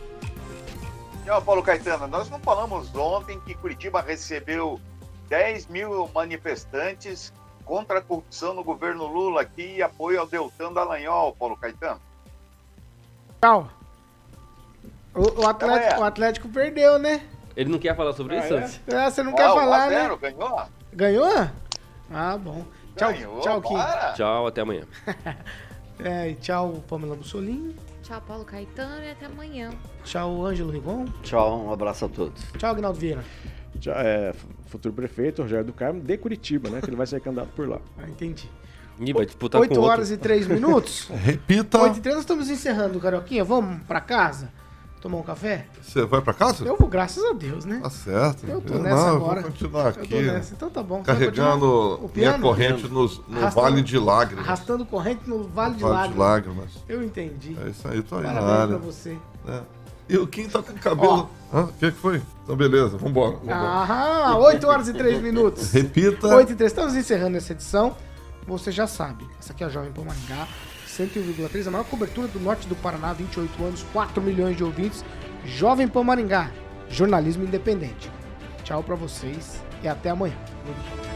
G: Tchau, Paulo Caetano. Nós não falamos ontem que Curitiba recebeu dez mil manifestantes contra a corrupção no governo Lula aqui e apoio ao Deltan Dallagnol, Paulo Caetano.
B: Tchau. O, o, Atlético,
G: Amanhã.
B: o Atlético perdeu, né?
D: Ele não quer falar sobre isso antes?
B: Ah, você não
G: Ó,
B: quer
G: um a
B: falar,
G: zero,
B: né?
G: ganhou?
B: Ganhou? Ah, bom. Tchau,
G: Ganhou,
B: tchau, Kim.
G: para.
D: Tchau, até amanhã.
B: É, e tchau, Pamela Bussolini.
H: Tchau, Paulo Caetano, e até amanhã.
B: Tchau, Ângelo Rigon.
F: Tchau, um abraço a todos.
B: Tchau, Aguinaldo Vieira.
E: Já é futuro prefeito, Rogério do Carmo, de Curitiba, né, que ele vai ser candidato por lá.
B: Ah, entendi.
D: Ih, vai disputar
B: oito
D: com
B: horas
D: outro.
B: e três minutos.
C: Repita.
B: oito e três, nós estamos encerrando, Carioquinha. Vamos pra casa? Tomar um café?
C: Você vai pra casa?
B: Eu vou, graças a Deus, né?
C: Tá certo.
B: Eu tô
C: Eu
B: nessa
C: não,
B: agora.
C: Eu vou continuar
B: Eu tô
C: aqui.
B: nessa. Então tá bom. Você vai
C: Carregando
B: continuar? O
C: minha
B: piano?
C: corrente nos- no
B: Arrastando-
C: Vale de Lágrimas.
B: Arrastando corrente no Vale de
C: Vale
B: Lágrimas.
C: de Lágrimas.
B: Eu entendi.
C: É isso aí, tô aí na
B: Parabéns
C: área.
B: pra você.
C: É. E o Kim tá com o cabelo. Hã? O que, que foi? Então, beleza, vambora. vambora.
B: Aham, oito horas e três minutos.
C: Repita.
B: oito e três, estamos encerrando essa edição. Você já sabe, essa aqui é a Jovem Pan Maringá, cento e um vírgula três, a maior cobertura do norte do Paraná, vinte e oito anos, quatro milhões de ouvintes. Jovem Pan Maringá, jornalismo independente. Tchau pra vocês e até amanhã.